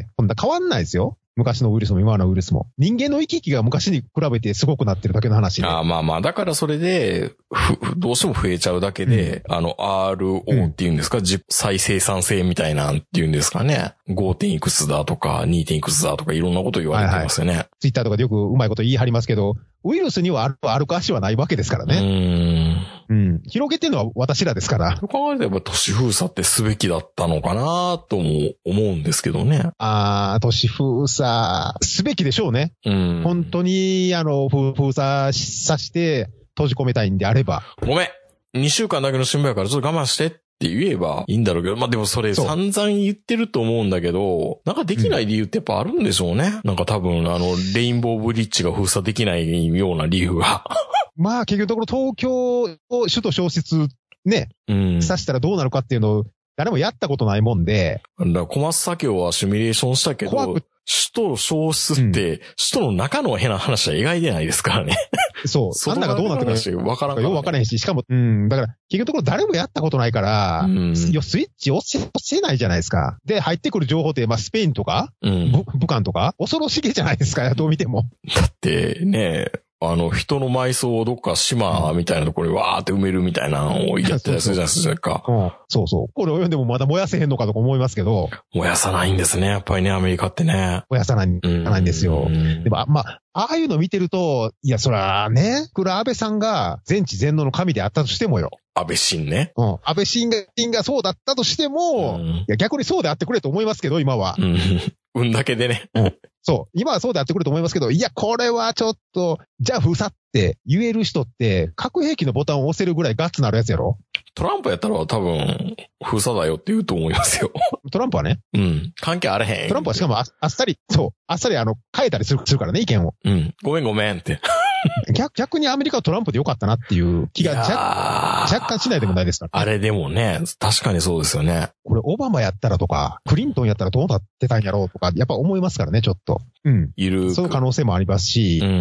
こんな変わんないですよ。昔のウイルスも今のウイルスも。人間の行き来が昔に比べてすごくなってるだけの話で。 ああ、まあまあ、だからそれで、ふ、どうしても増えちゃうだけで、うん、あの、アールオー っていうんですか、うん、再生産性みたいなんっていうんですかね。ご. 点いくつだとか、に. 点いくつだとか、いろんなこと言われてますよね。はいはい、 ツイッターとかでよくうまいこと言い張りますけど、ウイルスには歩く足はないわけですからね。うん。うん。広げてるのは私らですから。 そう考えれば都市封鎖ってすべきだったのかなとも思うんですけどね。 ああ、都市封鎖、すべきでしょうね。うん。本当に、あの、封鎖さして閉じ込めたいんであれば。 ごめん。にしゅうかんだけの辛抱やからちょっと我慢してって言えばいいんだろうけど、まあ、でもそれ散々言ってると思うんだけど、なんかできない理由ってやっぱあるんでしょうね。うん、なんか多分、あの、レインボーブリッジが封鎖できないような理由が。 まあ、結局のところ東京を首都消失ね、うん、さしたらどうなるかっていうのを誰もやったことないもんで。 だから小松左京はシミュレーションしたけど、首都消失って、うん、首都の中の変な話は描いてないですからね。 そう。あんながどうなってるかわからんから、ね。よくわからへんし、しかも、うん、だから、結局のところ誰もやったことないから、うん、スイッチ押せ、押せないじゃないですか。で、入ってくる情報って、まあ、スペインとか、うん、武漢とか、恐ろしげじゃないですか、どう見ても。 だって、ね、あの、人の埋葬をどっか島みたいなところでわーって埋めるみたいなのをやってたりするじゃないですか。 うん、そうそう。これを読んでもまだ燃やせへんのかとか思いますけど。 燃やさないんですね、やっぱりね、アメリカってね。 燃やさない、ないんですよ。でも、まあ、ああいうの見てると、いや、そらね、これ安倍さんが全知全能の神であったとしてもよ。 安倍晋ね。 うん。安倍晋が、晋がそうだったとしても、うん、いや、逆にそうであってくれと思いますけど、今は。 うん。運だけでね。 うん。そう。今はそうであってくると思いますけど、いや、これはちょっと、じゃあ封鎖って言える人って、核兵器のボタンを押せるぐらいガッツなるやつやろ？ トランプやったら多分、封鎖だよって言うと思いますよ。 トランプはね。 うん。関係あれへん。 トランプはしかもあ、あっさり、そう。あっさりあの、変えたりする、するからね、意見を。 うん。ごめんごめんって。 逆、逆にアメリカはトランプでよかったなっていう気が若、若干しないでもないですから、 ね。あれでもね、確かにそうですよね。 これオバマやったらとか、クリントンやったらどうなってたんやろうとか、やっぱ思いますからね、ちょっと。うん。いる。その可能性もありますし、うん。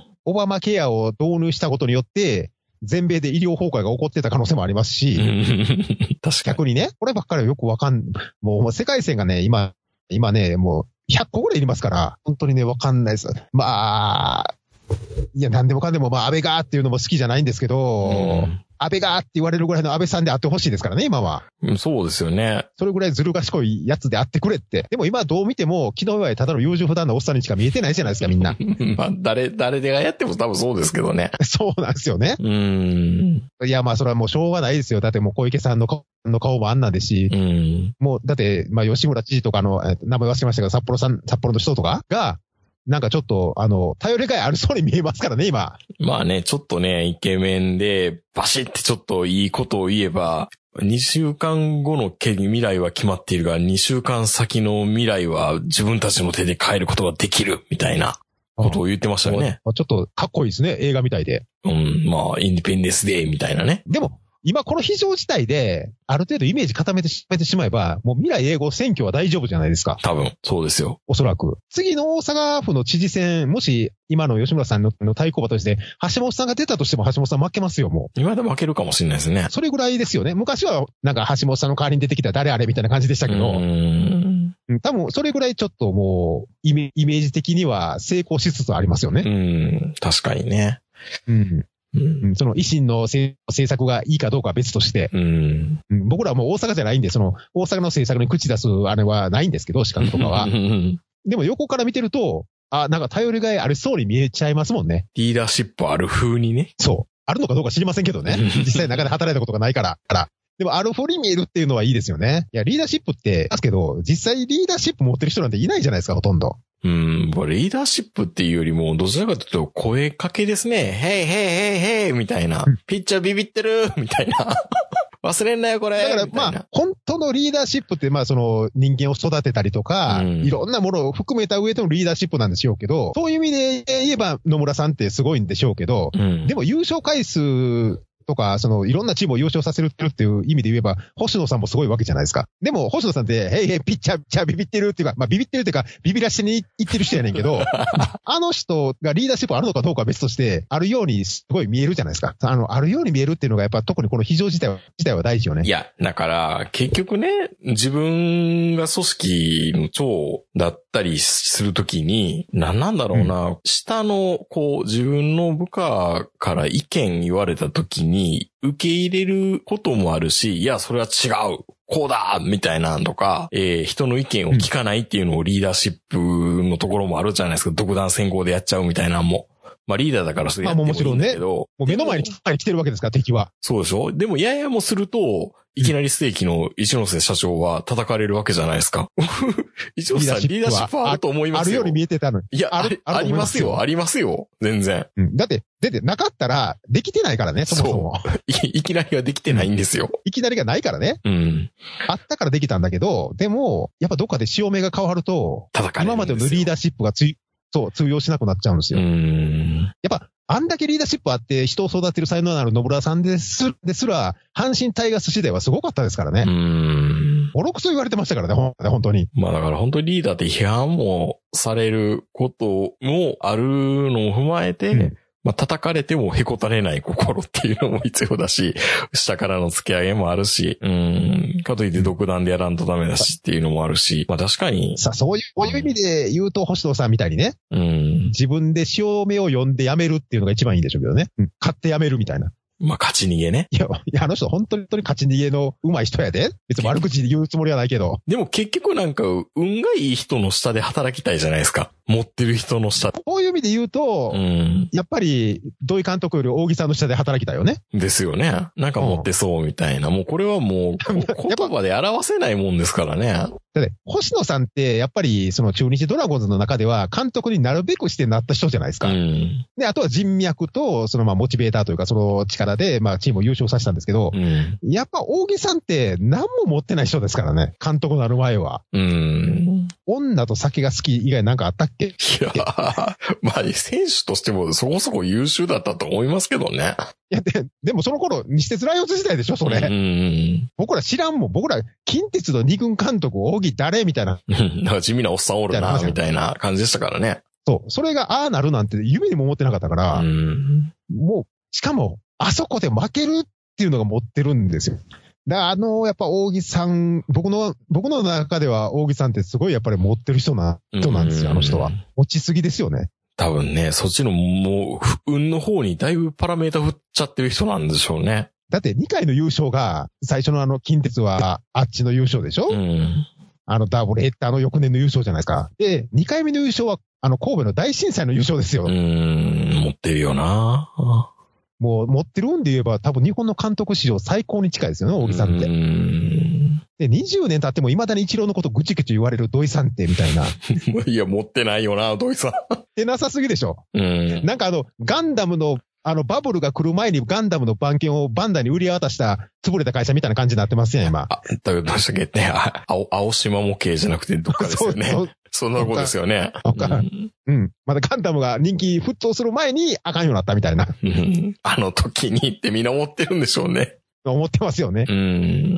オバマケアを導入したことによって、全米で医療崩壊が起こってた可能性もありますし、 確かに。 逆にね、こればっかりはよくわかん、もう世界線がね、今、今ね、もうひゃっこぐらいいりますから、本当にね、わかんないです。まあ、いや、なんでもかんでも、まあ、安倍がっていうのも好きじゃないんですけど、うん、安倍がって言われるぐらいの安倍さんであってほしいですからね、今は。 うん、そうですよね。 それぐらいずる賢いやつであってくれって。でも今どう見ても、気の弱いただの優柔不断なおっさんにしか見えてないじゃないですか、みんな。 まあ、誰、誰でがやっても多分そうですけどね。 そうなんですよね。うん。いや、まあ、それはもうしょうがないですよ。だってもう小池さんの顔の顔もあんなんですし、うん、もう、だって、まあ、吉村知事とかの、名前忘れましたけど、札幌さん、札幌の人とかが、なんかちょっと、あの、頼りがいあるそうに見えますからね、今。 まあね、ちょっとね、イケメンで、バシッてちょっといいことを言えば、にしゅうかんごの未来は決まっているが、にしゅうかん先の未来は自分たちの手で変えることができる、みたいなことを言ってましたよね。 ちょっとかっこいいですね、映画みたいで。 うん、まあ、インディペンデンスデーみたいなね。 でも、今この非常事態で、ある程度イメージ固めてしまえば、もう未来永劫選挙は大丈夫じゃないですか。 多分、そうですよ。 おそらく。次の大阪府の知事選、もし今の吉村さんの対抗馬として、橋本さんが出たとしても橋本さん負けますよ、もう。今で負けるかもしれないですね。 それぐらいですよね。昔はなんか橋本さんの代わりに出てきた誰あれみたいな感じでしたけど、うーん多分それぐらいちょっともうイメ、イメージ的には成功しつつありますよね。 うん、確かにね。 うん。うん、その維新の政策がいいかどうかは別として、うん、僕らはもう大阪じゃないんで、その大阪の政策に口出すあれはないんですけど、資格とかは。でも横から見てると、あ、なんか頼りがいありそうに見えちゃいますもんね。 リーダーシップある風にね。 そう。あるのかどうか知りませんけどね。実際中で働いたことがないから。からでもある風に見えるっていうのはいいですよね。いや、リーダーシップってですけど、実際リーダーシップ持ってる人なんていないじゃないですか、ほとんど。 うん、リーダーシップっていうよりも、どちらかというと声かけですね。ヘイヘイヘイヘイみたいな。ピッチャービビってるみたいな。忘れんなよ、これ。 だからまあ、本当のリーダーシップって、まあその人間を育てたりとか、うん、いろんなものを含めた上でのリーダーシップなんでしょうけど、そういう意味で言えば野村さんってすごいんでしょうけど、うん、でも優勝回数、 とか、その、いろんなチームを優勝させるっていう意味で言えば、星野さんもすごいわけじゃないですか。でも、星野さんって、へいへい、ピッチャー、ピッチャービビってるっていうか、まあ、ビビってるっていうか、ビビらしてに行ってる人やねんけど、あの人がリーダーシップあるのかどうかは別として、あるようにすごい見えるじゃないですか。あの、あるように見えるっていうのが、やっぱ特にこの非常事態は、事態は大事よね。 いや、だから、結局ね、自分が組織の長だったりするときに、何なんだろうな、うん、下の、こう、自分の部下から意見言われたときに、受け入れることもあるし、いや、それは違う。こうだみたいなのとか、えー、人の意見を聞かないっていうのをリーダーシップのところもあるじゃないですか。独断専行でやっちゃうみたいなのも。まあリーダーだからそれやってもいいんだけど。もう目の前に来てるわけですから、敵は。 そうでしょ？でも、ややもすると、いきなりステーキの一ノ瀬社長は叩かれるわけじゃないですか。一ノ瀬さん、リーダーシップあると思いますよ。 あるように見えてたのに。 いや、あり、ありますよ、ありますよ。全然。 うん。だって、出てなかったら、できてないからね、そもそも。 い, いきなりができてないんですよ、 うん。いきなりがないからね。 うん。 あったからできたんだけど、でも、やっぱどっかで潮目が変わると、 叩かれるんですよ。 今までのリーダーシップがつい、そう、通用しなくなっちゃうんですよ。 うん。 やっぱ、あんだけリーダーシップあって人を育てる才能のある野村さんですですら、阪神タイガース時代はすごかったですからね。 うーん。 ボロクソ言われてましたからね、ほん本当に。 まあだから本当にリーダーって批判もされることもあるのを踏まえて、うん、まあ叩かれてもへこたれない心っていうのも必要だし、下からの突き上げもあるし、うん、かといって独断でやらんとダメだしっていうのもあるし、まあ確かに。 さあそういう、そういう意味で言うと星野さんみたいにね、 うん、 自分で潮目を読んでやめるっていうのが一番いいんでしょうけどね。うん、買ってやめるみたいな。 まあ、勝ち逃げね。 いや、いや、あの人本当に勝ち逃げの上手い人やで。別に悪口で言うつもりはないけど。 でも結局なんか、運がいい人の下で働きたいじゃないですか。持ってる人の下。 こういう意味で言うと、うん、やっぱり、土井監督より大木さんの下で働きたいよね。 ですよね。なんか持ってそうみたいな。うん、もうこれはもう、言葉で表せないもんですからね。 だって星野さんって、やっぱり、その中日ドラゴンズの中では、監督になるべくしてなった人じゃないですか。うん、で、あとは人脈と、そのまあ、モチベーターというか、その力で、まあ、チームを優勝させたんですけど、うん、やっぱ大木さんって何も持ってない人ですからね。監督になる前は。うん、女と酒が好き以外なんかあったっけ？いやまあ、選手としてもそこそこ優秀だったと思いますけどね。 いや、で、でもその頃、西鉄ライオンズ時代でしょ、それ。うん、僕ら知らんもん。僕ら、近鉄の二軍監督、大木誰みたいな。 なんか地味なおっさんおるな、みたいな感じでしたからね。 そう。それがああなるなんて夢にも思ってなかったから、うん、もう、しかも、あそこで負けるっていうのが持ってるんですよ。だからあの、やっぱ大木さん、僕の、僕の中では大木さんってすごいやっぱり持ってる人な、人なんですよ、あの人は。持ちすぎですよね。 多分ね、そっちのもう、運の方にだいぶパラメータ振っちゃってる人なんでしょうね。 だってにかいの優勝が、最初のあの、近鉄はあっちの優勝でしょ？うん。あの、ダブルヘッダーの翌年の優勝じゃないですか。で、にかいめの優勝は、あの、神戸の大震災の優勝ですよ。 うーん、持ってるよな。 もう、持ってるんで言えば、多分日本の監督史上最高に近いですよね、大木さんって。うーんで、にじゅうねん経っても未だに一郎のことぐちぐち言われる土井さんって、みたいな。 いや、持ってないよな、土井さん。 ってなさすぎでしょ。 うん。 なんかあの、ガンダムの、あの、バブルが来る前にガンダムの番犬をバンダに売り渡した潰れた会社みたいな感じになってますよ、今。 あ、だけどどうしたっけね、青、青島模型じゃなくてどっかですよね。そうそうそんなことですよね。 うん、うん。まだガンダムが人気沸騰する前にあかんようになったみたいな。 うん、あの時にってみんな思ってるんでしょうね。 思ってますよね。うん。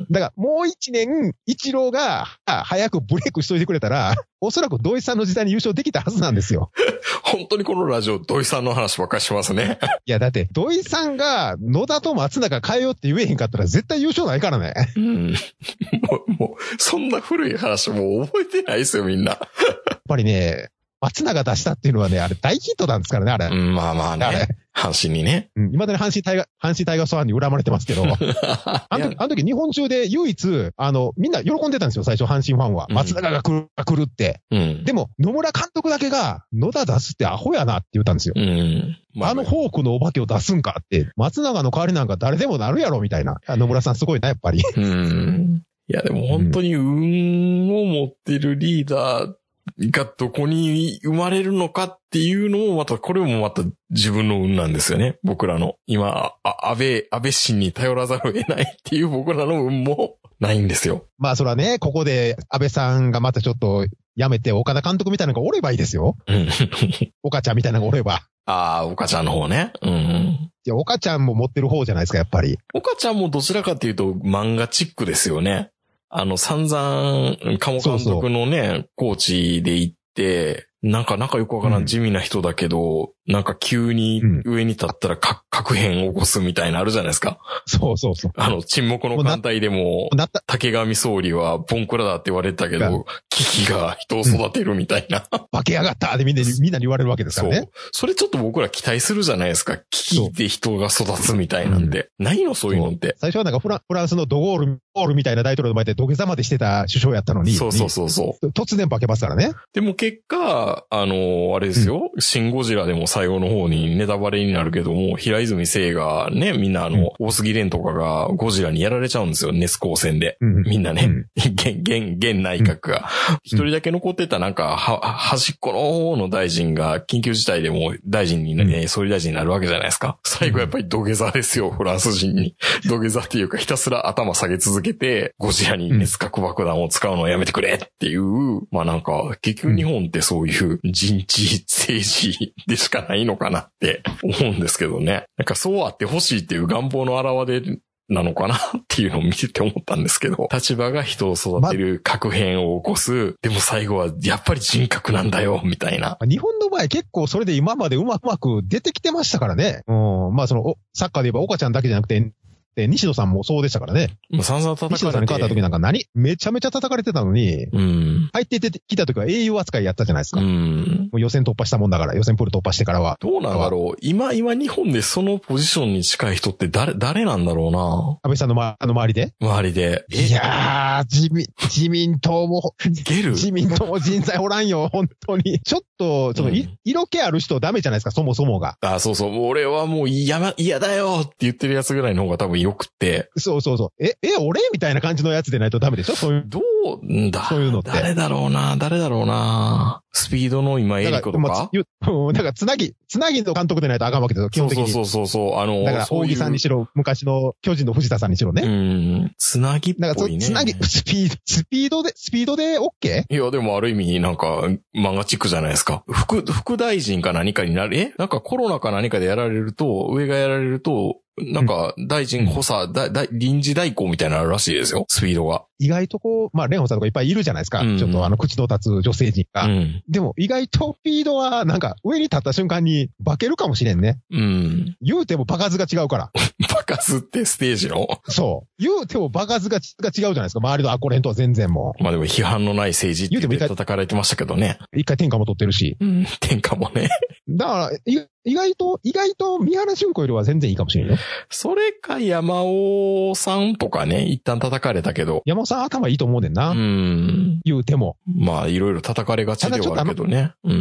だからもう一年、一郎が早くブレイクしといてくれたら、おそらく土井さんの時代に優勝できたはずなんですよ。 本当にこのラジオ、土井さんの話ばっかりしますね。 いや、だって、土井さんが野田と松永変えようって言えへんかったら絶対優勝ないからね。 うん。もう、もう、そんな古い話もう覚えてないですよ、みんな。やっぱりね、松永出したっていうのはね、あれ大ヒットなんですからね、あれ。 うん、まあまあね。あれ。阪神にね。 うん、未だに阪神タイガー、阪神タイガースファンに恨まれてますけど。あの時、あの時日本中で唯一、あの、みんな喜んでたんですよ、最初阪神ファンは。松永が来る、来るって。うん。でも、野村監督だけが、野田出すってアホやなって言ったんですよ。うん。まあ、あのフォークのお化けを出すんかって、松永の代わりなんか誰でもなるやろ、みたいな。野村さんすごいな、やっぱり。 うん。いや、でも本当に運を持ってるリーダー、がどこに生まれるのかっていうのもまた、これもまた自分の運なんですよね。僕らの。今、あ安倍、安倍氏に頼らざるを得ないっていう僕らの運もないんですよ。 まあそれはね、ここで安倍さんがまたちょっと辞めて岡田監督みたいなのがおればいいですよ。うん。岡ちゃんみたいなのがおれば。 ああ、岡ちゃんの方ね。うん、うん。いや、岡ちゃんも持ってる方じゃないですか、やっぱり。 岡ちゃんもどちらかっていうと漫画チックですよね。あの、散々、鴨監督のね、そうそうコーチで行って、なんか仲良くわからん地味な人だけど、うん、なんか急に上に立ったら核、核変を起こすみたいなのあるじゃないですか。 そうそうそう。 あの、沈黙の艦隊でも、竹上総理はボンクラだって言われてたけど、危機が人を育てるみたいな。 化けやがったってみんなに、みんなに言われるわけですからね。 そう。それちょっと僕ら期待するじゃないですか。危機で人が育つみたいなんで。うん、ないのそういうのって。 最初はなんかフラ、フランスのドゴール、ゴールみたいな大統領の前で土下座までしてた首相やったのに。 そうそうそうそう。 突然化けますからね。 でも結果、あの、あれですよ、うん、シンゴジラでも最後の方にネタバレになるけども、平泉聖がね、みんなあの、うん、大杉蓮とかがゴジラにやられちゃうんですよ、熱光線で。うん、みんなね、うん、現、現、現内閣が。一、うん、人だけ残ってたなんか、は、端っこの方の大臣が緊急事態でも大臣にね、うん、総理大臣になるわけじゃないですか。最後やっぱり土下座ですよ、フランス人に。土下座っていうかひたすら頭下げ続けて、ゴジラに熱核爆弾を使うのをやめてくれっていう、まあなんか、結局日本ってそういう人知政治でしかないのかなって思うんですけどね。なんかそうあってほしいっていう願望の表れなのかなっていうのを見てて思ったんですけど、立場が人を育てる核変を起こす、でも最後はやっぱり人格なんだよみたいな。 日本の場合結構それで今までうまく出てきてましたからね。うん、まあそのサッカーで言えば岡ちゃんだけじゃなくて、で、西野さんもそうでしたからね。 もう散々叩かれて。 西野さんに変わった時なんか何めちゃめちゃ叩かれてたのに、 うん。 入って出てきた時は英雄扱いやったじゃないですか。 うん。 もう予選突破したもんだから、予選プール突破してからは。 どうなんだろう今、今日本でそのポジションに近い人って誰、誰なんだろうな安倍さんの、ま、あの周りで周りで。 いやー、自民、自民党も、 ゲル自民党も人材おらんよ、本当に。ちょっと、その、うん、色気ある人ダメじゃないですか、そもそもが。 あ、そうそう。俺はもう嫌ま、嫌だよって言ってるやつぐらいの方が多分良くて。 そうそうそう。え、え、俺みたいな感じのやつでないとダメでしょそういう。 どうだそういうのって。 誰だろうな誰だろうなスピードの今、エリコとか。 だから、だからつなぎ、つなぎの監督でないとあかんわけですよ、基本的に。 そうそうそうそう。あの、 だから、大木さんにしろ、昔の巨人の藤田さんにしろね。 うん。つなぎっぽいね。だから、 つなぎ、スピード、スピードで、スピードで OK？ いや、でもある意味、なんか、漫画チックじゃないですか。副、副大臣か何かになる、えなんかコロナか何かでやられると、上がやられると、なんか、大臣補佐、うん、だ、だ、臨時代行みたいなのあるらしいですよ。スピードが。 意外とこう、まあ、レンホさんとかいっぱいいるじゃないですか。うん、ちょっとあの、口の立つ女性陣が。うん、でも、意外とスピードは、なんか、上に立った瞬間に化けるかもしれんね。 うん。 言うても場数が違うから。 場数ってステージのそう。言うても場数が違うじゃないですか。周りのアコレンとは全然もう。まあでも批判のない政治って言って叩かれてましたけどね。 一回天下も取ってるし。 うん。天下もね。 だから、意外と、意外と三原淳子よりは全然いいかもしれんよ。 それか山尾さんとかね、一旦叩かれたけど。 山尾さん頭いいと思うねんな。うん。言うても。 まあ、いろいろ叩かれがちではあるけどね。うん。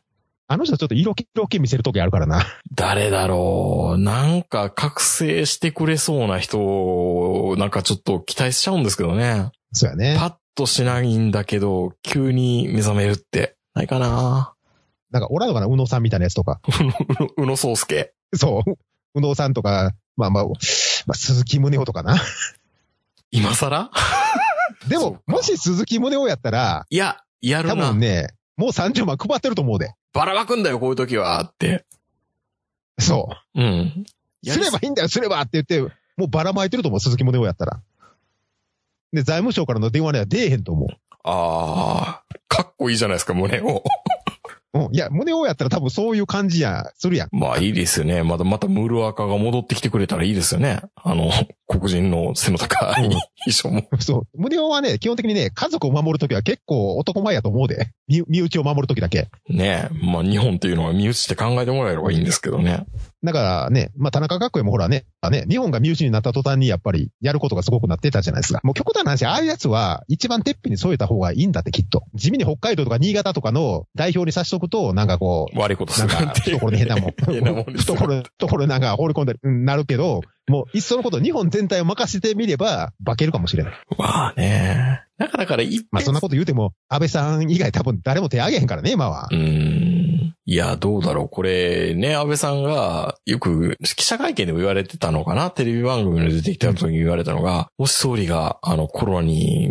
あの人はちょっと色気、色気見せるときあるからな。 誰だろう。なんか覚醒してくれそうな人、なんかちょっと期待しちゃうんですけどね。 そうやね。 パッとしないんだけど、急に目覚めるって。ないかな。 なんか、おらんのかな宇野さんみたいなやつとか。 宇野宗介。 そう。宇野さんとか、まあまあ、まあ、鈴木宗男とかな。 今更でも、もし鈴木宗男やったら、 いや、やるな。 多分ね、もうさんじゅうまん配ってると思うで。 ばらまくんだよ、こういう時は、って。 そう。 うん。 すればいいんだよ、すればって言って、もうばらまいてると思う、鈴木宗男やったら。で、財務省からの電話には出えへんと思う。 ああ、かっこいいじゃないですか、宗男。 うん。いや、宗男やったら多分そういう感じや、するやん。 まあいいですよね。また、またムールアカが戻ってきてくれたらいいですよね。あの、黒人の背の高い秘書も。 そう。宗男はね、基本的にね、家族を守るときは結構男前やと思うで。身、身内を守るときだけ。 ねえ。まあ日本っていうのは身内って考えてもらえればいいんですけどね。 だからね、まあ田中角栄もほらね、ね、日本が身内になった途端にやっぱりやることがすごくなってたじゃないですか。もう極端な話、ああいうやつは一番てっぺんに添えた方がいいんだってきっと。地味に北海道とか新潟とかの代表にさしとくと、なんかこう、 悪いことするなんか懐に変なもん。 変なもんです。 懐、懐なんか放り込んでる、なるけど、もういっそのこと日本全体を任せてみれば化けるかもしれない。 まあね。だからから一まあそんなこと言うても、安倍さん以外多分誰も手挙げへんからね、今は。 うーん。いや、どうだろう。これね、安倍さんがよく記者会見でも言われてたのかな、テレビ番組に出てきた時に言われたのが、もし総理があのコロナに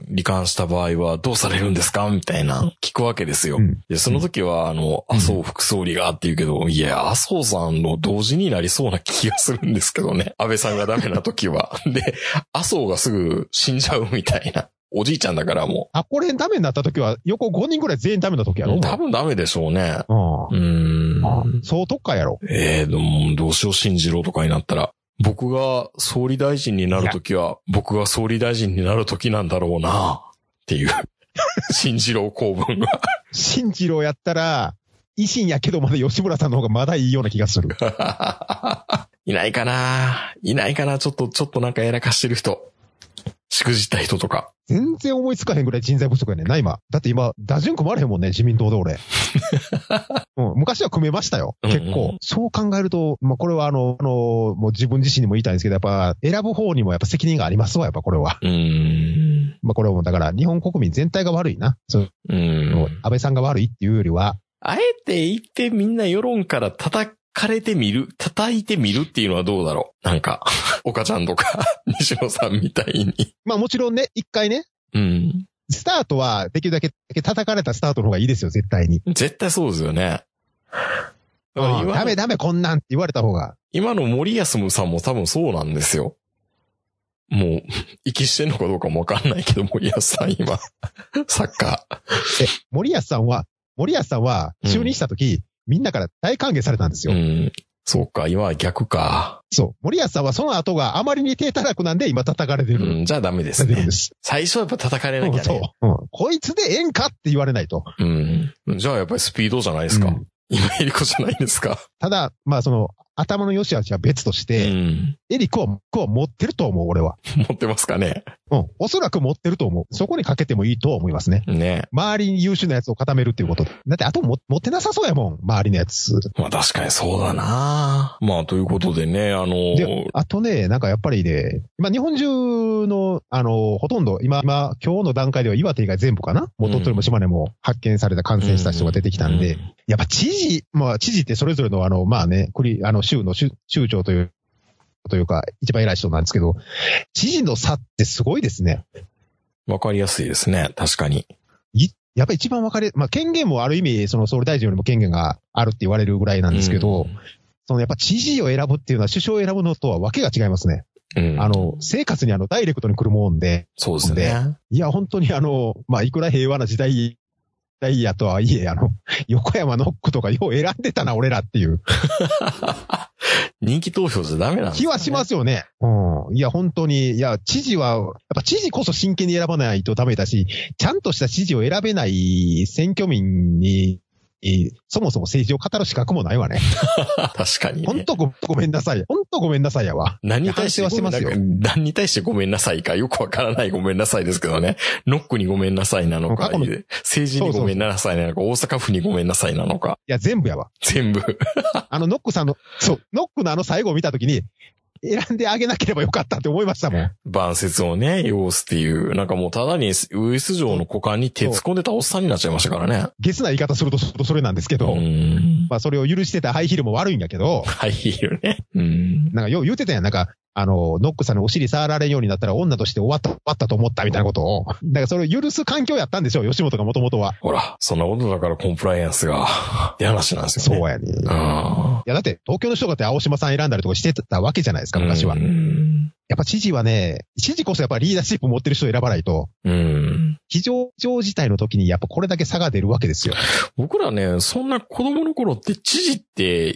罹患した場合はどうされるんですかみたいな聞くわけですよ。うん、で、その時は、あの、麻生副総理がって言うけど、うん、いや、麻生さんの同時になりそうな気がするんですけどね。安倍さんがダメな時は。で、麻生がすぐ死んじゃうみたいな。おじいちゃんだからもう。 あ、これダメになった時は、横ごにんぐらい全員ダメな時やろ、うん、 多分ダメでしょうね。 うん。うーん。そう特化やろ。 ええー、でも、どうしよう信じろとかになったら。僕が総理大臣になるときは、僕が総理大臣になるときなんだろうな、っていう。信じろ公文が。 信じろやったら、維新やけどまだ吉村さんの方がまだいいような気がする。 いないかないないかなちょっと、ちょっとなんかやらかしてる人。しくじった人とか。 全然思いつかへんぐらい人材不足やねんな、今。だって今、打順組まれへんもんね、自民党で俺。うん、昔は組めましたよ、結構。うんうん、そう考えると、まあ、これはあの、あの、もう自分自身にも言いたいんですけど、やっぱ、選ぶ方にもやっぱ責任がありますわ、やっぱこれは。 うーん。 まあ、これはもうだから、日本国民全体が悪いな。そう。うん。安倍さんが悪いっていうよりは。 あえて言ってみんな世論から叩かれてみる、叩いてみるっていうのはどうだろう。なんか、岡ちゃんとか、西野さんみたいに。 まあもちろんね、一回ね。 うん。 スタートは、できるだけ叩かれたスタートの方がいいですよ、絶対に。 絶対そうですよね。 ダメダメこんなんって言われた方が。 今の森保さんも多分そうなんですよ。もう、息してんのかどうかもわかんないけど、森保さん今、サッカー。え、森保さんは、森保さんは、就任した時、うん、みんなから大歓迎されたんですよ。 うん。そうか、今は逆か。 そう。森保さんはその後があまりに低たらくなんで今叩かれてる。 うん、じゃあダメですね。最初はやっぱ叩かれなきゃね。 そう。うん。こいつでええんかって言われないと。 うん。じゃあやっぱりスピードじゃないですか。うん、今エリコじゃないですか。 ただ、まあその、頭の良し悪しは別として、うん、エリコは、は持ってると思う、俺は。 持ってますかね。 うん。おそらく持ってると思う。そこにかけてもいいと思いますね。 ね。 周りに優秀なやつを固めるっていうこと。だって、あとも持ってなさそうやもん、周りのやつ。 まあ確かにそうだな。まあということでね、あのー、 で、あとね、なんかやっぱりね、今日本中の、あのー、ほとんど、今、今、今日の段階では岩手以外全部かな、もう鳥取も島根も発見された感染した人が出てきたんで、うんうん、やっぱ知事、まあ知事ってそれぞれのあの、まあね、国、あの、州の州、州長という、というか、一番偉い人なんですけど、知事の差ってすごいですね。 わかりやすいですね。確かに。 やっぱり一番わかり、まあ、権限もある意味、その総理大臣よりも権限があるって言われるぐらいなんですけど、うん、そのやっぱ知事を選ぶっていうのは首相を選ぶのとはわけが違いますね。うん、あの、生活にあの、ダイレクトに来るもんで。 そうですね。 いや、本当にあの、まあ、いくら平和な時代、ダイヤとはいえ、あの、横山ノックとかよう選んでたな、俺らっていう。 人気投票じゃダメなんですかね。 気はしますよね。うん。いや、本当に、いや、知事は、やっぱ知事こそ真剣に選ばないとダメだし、ちゃんとした知事を選べない選挙民に、そもそも政治を語る資格もないわね。 確かに、ね。 本当ご、ごめんなさい。本当ごめんなさいやわ。 何に対してはしてますよ。何に対してごめんなさいかよくわからないごめんなさいですけどね。ノックにごめんなさいなのか、政治にごめんなさいなのか、大阪府にごめんなさいなのか。 いや、全部やわ。 全部。 あの、ノックさんの、そう、ノックのあの最後を見たときに、選んであげなければよかったって思いましたもん。 晩節をね、要すっていう、なんかもうただにウイス城の股間に手突っ込んでたおっさんになっちゃいましたからね。 ゲスな言い方するとそれなんですけど、まあそれを許してたハイヒールも悪いんやけど、 ハイヒールね。うん。 なんかよう言うてたやん、なんか、あの、ノックさんのお尻触られんようになったら女として終わった、終わったと思ったみたいなことを。だからそれを許す環境やったんでしょう、吉本がもともとは。 ほら、そんなことだからコンプライアンスが、って話なんですよね。 そうやね。うん。いや、だって東京の人がって青島さん選んだりとかしてたわけじゃないですか、昔は。うんやっぱ知事はね、知事こそやっぱリーダーシップ持ってる人を選ばないと。うん。非常事態の時にやっぱこれだけ差が出るわけですよ。 僕らね、そんな子供の頃って知事って、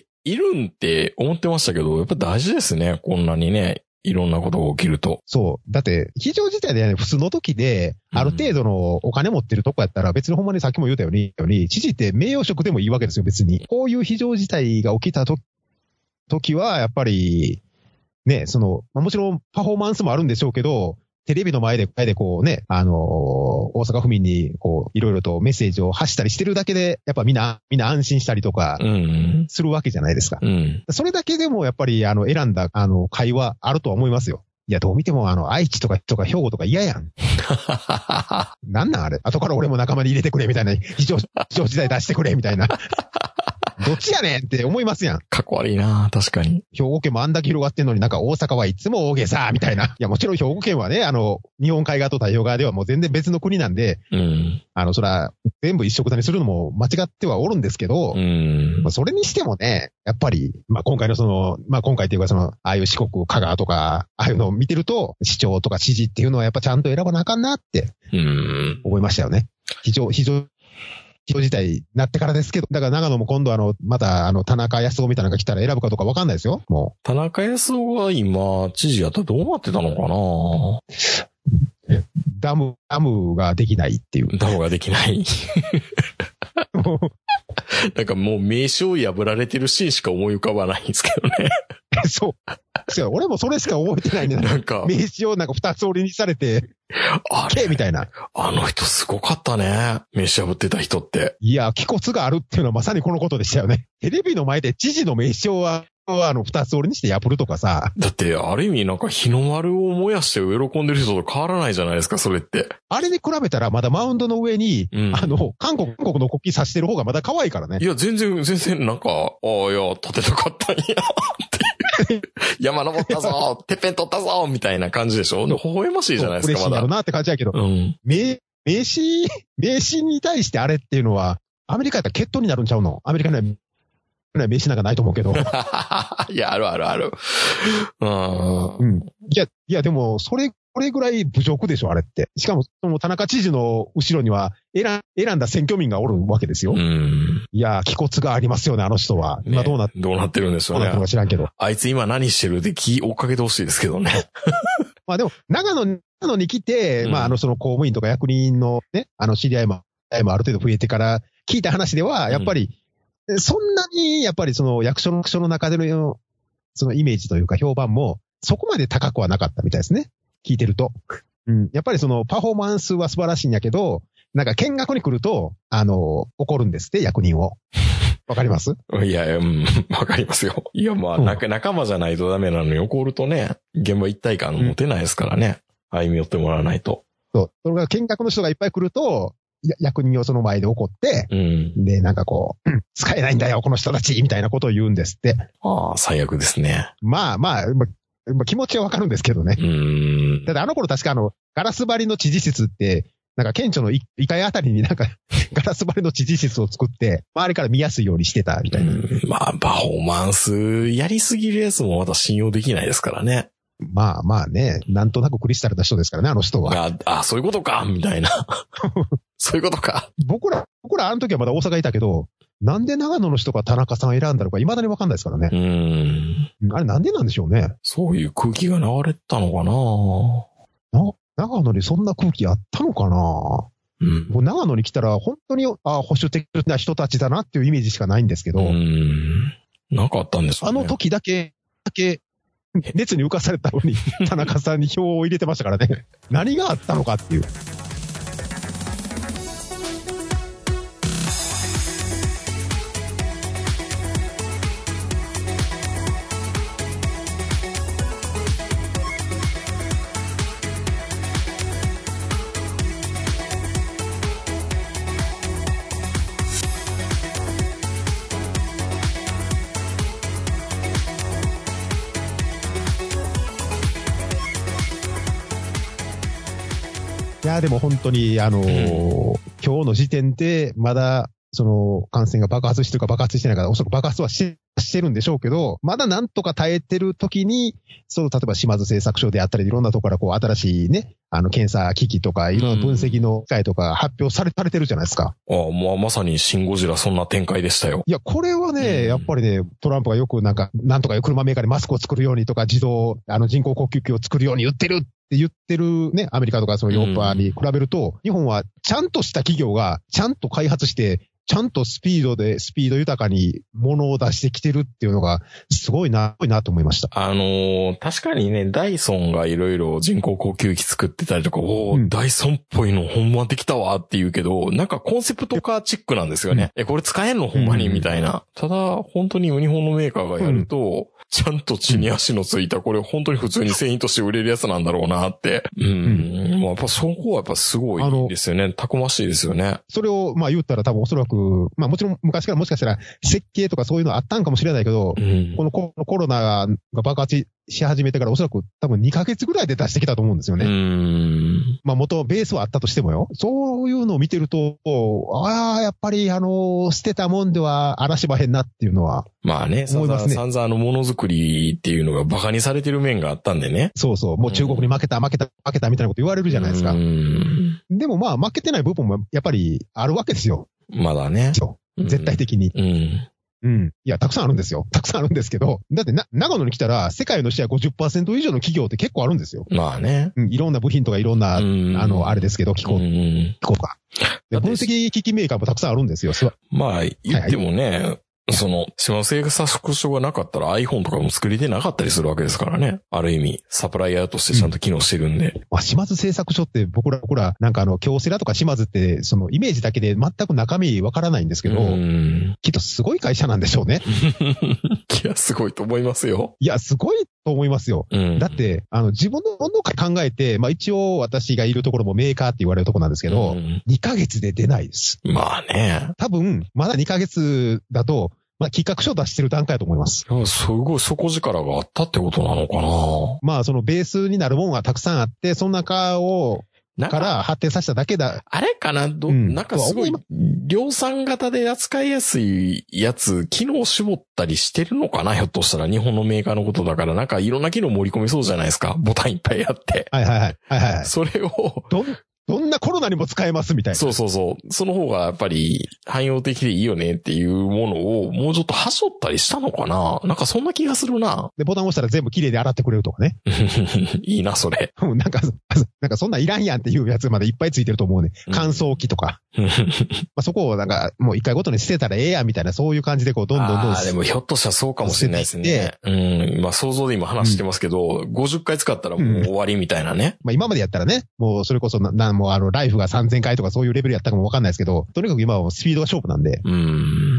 いるんって思ってましたけど、やっぱ大事ですね。こんなにね、いろんなことが起きると。 そう。だって、非常事態で、ね、普通の時で、ある程度のお金持ってるとこやったら、別にほんまにさっきも言ったように、知事って名誉職でもいいわけですよ、別に。こういう非常事態が起きたと時は、やっぱり、ね、その、まあ、もちろんパフォーマンスもあるんでしょうけど、テレビの前で、前でこうね、あのー、大阪府民に、こう、いろいろとメッセージを発したりしてるだけで、やっぱみんな、みんな安心したりとか、するわけじゃないですか。うん、それだけでも、やっぱり、あの、選んだ、あの、会話あるとは思いますよ。いや、どう見ても、あの、愛知とか、とか、兵庫とか嫌やん。なんなんあれ。後から俺も仲間に入れてくれ、みたいな。非常、非常事態出してくれ、みたいな。 どっちやねんって思いますやん。 かっこ悪いな、確かに。 兵庫県もあんだけ広がってんのになんか大阪はいつも大げさ、みたいな。いや、もちろん兵庫県はね、あの、日本海側と太平洋側ではもう全然別の国なんで、うん。あの、そら、全部一緒くたにするのも間違ってはおるんですけど、うん。まあ、それにしてもね、やっぱり、まあ、今回のその、まあ、今回っていうかその、ああいう四国、香川とか、ああいうのを見てると、市長とか知事っていうのはやっぱちゃんと選ばなあかんなって、うん。思いましたよね。非常、非常、非常事態になってからですけど、だから長野も今度あの、またあの、田中康夫みたいなのが来たら選ぶかどうかわかんないですよ、もう。 田中康夫が今、知事やったらどうなってたのかなダム、ダムができないっていう。 ダムができない。なんかもう名称を破られてるシーンしか思い浮かばないんですけどね。 そう。俺もそれしか覚えてないね。なんか。名刺をなんか二つ折りにされて、あれみたいな。 あの人すごかったね。名刺破ってた人って。 いや、気骨があるっていうのはまさにこのことでしたよね。テレビの前で知事の名刺をあの二つ折りにして破るとかさ。 だって、ある意味なんか日の丸を燃やして喜んでる人と変わらないじゃないですか、それって。 あれに比べたらまだマウンドの上に、うん、あの、韓国、韓国の国旗差してる方がまだ可愛いからね。 いや、全然、全然なんか、ああ、いや、立てたかったんや、っていう。山登ったぞてっぺん取ったぞみたいな感じでしょ。微笑ましいじゃないですか、 嬉しいんだろうなって感じやけど。うん。名、名刺、名刺に対してあれっていうのは、アメリカやったら決闘になるんちゃうの？アメリカには名刺なんかないと思うけど。 いや、あるあるある。 うん。うん。いや、いや、でも、それ、これぐらい侮辱でしょ、あれって。しかも、その田中知事の後ろには、選、選んだ選挙民がおるわけですよ。うん。いや、気骨がありますよね、あの人は。今どうなって、 ね、どうなってるんでしょうね。 どうなってるか知らんけど。 あいつ今何してるって気追っかけてほしいですけどね。 まあでも、長野、長野に来て、うん、まああの、その公務員とか役人のね、あの知り合いも、ある程度増えてから聞いた話では、やっぱり、うん、そんなに、やっぱりその役所の、役所の中での、そのイメージというか評判も、そこまで高くはなかったみたいですね。聞いてると。うん。やっぱりそのパフォーマンスは素晴らしいんやけど、なんか見学に来ると、あの、怒るんですって、役人を。わかります？ いや、うん、わかりますよ。いや、まあ、うん、仲間じゃないとダメなのに怒るとね、現場一体感持てないですからね。うん、歩み寄ってもらわないと。 そう。それが見学の人がいっぱい来ると、役人をその前で怒って、うん、で、なんかこう、うん、使えないんだよ、この人たちみたいなことを言うんですって。 ああ、最悪ですね。 まあまあ、まあ、気持ちはわかるんですけどね。うん。だってあの頃確かあの、ガラス張りの知事室って、なんか県庁の一階あたりになんか、ガラス張りの知事室を作って、周りから見やすいようにしてたみたいな。うん、 まあ、パフォーマンスやりすぎるやつもまた信用できないですからね。 まあまあね、なんとなくクリスタルな人ですからね、あの人は。 あ、あ、そういうことか、みたいな。そういうことか。 僕ら、僕らあの時はまだ大阪いたけど、なんで長野の人が田中さん選んだのか未だにわかんないですからね。うん。あれなんでなんでしょうね。 そういう空気が流れたのかなな、長野にそんな空気あったのかなうん。もう長野に来たら本当に、あ、保守的な人たちだなっていうイメージしかないんですけど。うん。 なんかあったんですかね。 あの時だけ、だけ、熱に浮かされたのに、田中さんに票を入れてましたからね。何があったのかっていう。いや、でも本当に、あのーうん、今日の時点で、まだ、その、感染が爆発してるか爆発してないか、おそらく爆発はし、してるんでしょうけど、まだなんとか耐えてる時に、その、例えば島津製作所であったり、いろんなところからこう、新しいね、あの、検査機器とか、いろんな分析の機械とか発表され、されてるじゃないですか。 ああ、まあ、まさにシンゴジラそんな展開でしたよ。 いや、これはね、やっぱりね、トランプがよくなんか、なんとか車メーカーでマスクを作るようにとか、自動、あの、人工呼吸器を作るように言ってるって言ってるね、アメリカとかそのヨーロッパに比べると、日本はちゃんとした企業がちゃんと開発して、ちゃんとスピードで、スピード豊かに物を出してきてるっていうのが、すごいな、すごいなと思いました。 あのー、確かにね、ダイソンがいろいろ人工呼吸器作ってたりとか、おー、うん、ダイソンっぽいのほんまできたわって言うけど、なんかコンセプトカーチックなんですよね。うん、え、これ使えんのほんまに、うん、みたいな。ただ、本当に日本のメーカーがやると、うん、ちゃんと地に足のついた、これ本当に普通に製品として売れるやつなんだろうなって。うん。うん、まあやっぱそこはやっぱすごいですよね。たくましいですよね。 それを、まあ言ったら多分おそらくく、まあもちろん昔からもしかしたら設計とかそういうのあったんかもしれないけど、うん、このコロナが爆発し始めてからおそらく多分にかげつぐらいで出してきたと思うんですよね。 うん、 まあ元ベースはあったとしてもよ。そういうのを見てると、ああ、やっぱりあの、捨てたもんでは荒らしばへんなっていうのは。 まあね、 思いますね。 散々あのものづくりっていうのが馬鹿にされてる面があったんでね。 そうそう。もう中国に負けた、負けた、負けたみたいなこと言われるじゃないですか。 うん、 でもまあ負けてない部分もやっぱりあるわけですよ。 まだね。 そう。絶対的に。 うん。 うん。いや、たくさんあるんですよ。たくさんあるんですけど、だってな、長野に来たら、世界のシェア ごじゅっパーセント 以上の企業って結構あるんですよ。 まあね。 うん。いろんな部品とかいろんな、あの、あれですけど、機構、機構とか。分析機器メーカーもたくさんあるんですよ。 まあ、言ってもね、はいはい、その、島製作所がなかったら iPhone とかも作りてなかったりするわけですからね。ある意味、サプライヤーとしてちゃんと機能してるんで。うん、 まあ、島津製作所って僕ら、僕ら、なんかあの、京セラとか島津って、そのイメージだけで全く中身わからないんですけど、きっとすごい会社なんでしょうね。 いや、すごいと思いますよ。 いや、すごいと思いますよ。うん、だって、あの、自分のものから考えて、まあ一応私がいるところもメーカーって言われるところなんですけど、うん、にかげつで出ないです。 まあね。 多分、まだにかげつだと、まあ、企画書を出してる段階だと思います。 すごい底力があったってことなのかな。 まあ、そのベースになるものがたくさんあって、その中を、から発展させただけだ。 あれかなど、うん、なんかすごい、量産型で扱いやすいやつ、機能絞ったりしてるのかなひょっとしたら日本のメーカーのことだから、なんかいろんな機能盛り込みそうじゃないですか。ボタンいっぱいあって。 はいはいはい。はいはい。 それを、 どんどんなコロナにも使えますみたいな。 そうそうそう。その方がやっぱり汎用的でいいよねっていうものをもうちょっとはしょったりしたのかななんかそんな気がするな。 で、ボタン押したら全部綺麗に洗ってくれるとかね。 いいな、それ。 なんか、なんかそんないらんやんっていうやつまでいっぱいついてると思うね。乾燥機とか。まあそこをなんかもう一回ごとに捨てたらええやんみたいなそういう感じでこうどんどんどんどん。 ああ、でもひょっとしたらそうかもしれないですね。うん。まあ想像で今話してますけど、うん、ごじゅっかい使ったらもう終わりみたいなね。 うん、まあ今までやったらね、もうそれこそな、なもうあのライフがさんぜんかいとかそういうレベルやったかもわかんないですけど、とにかく今はスピードが勝負なんで。 うん。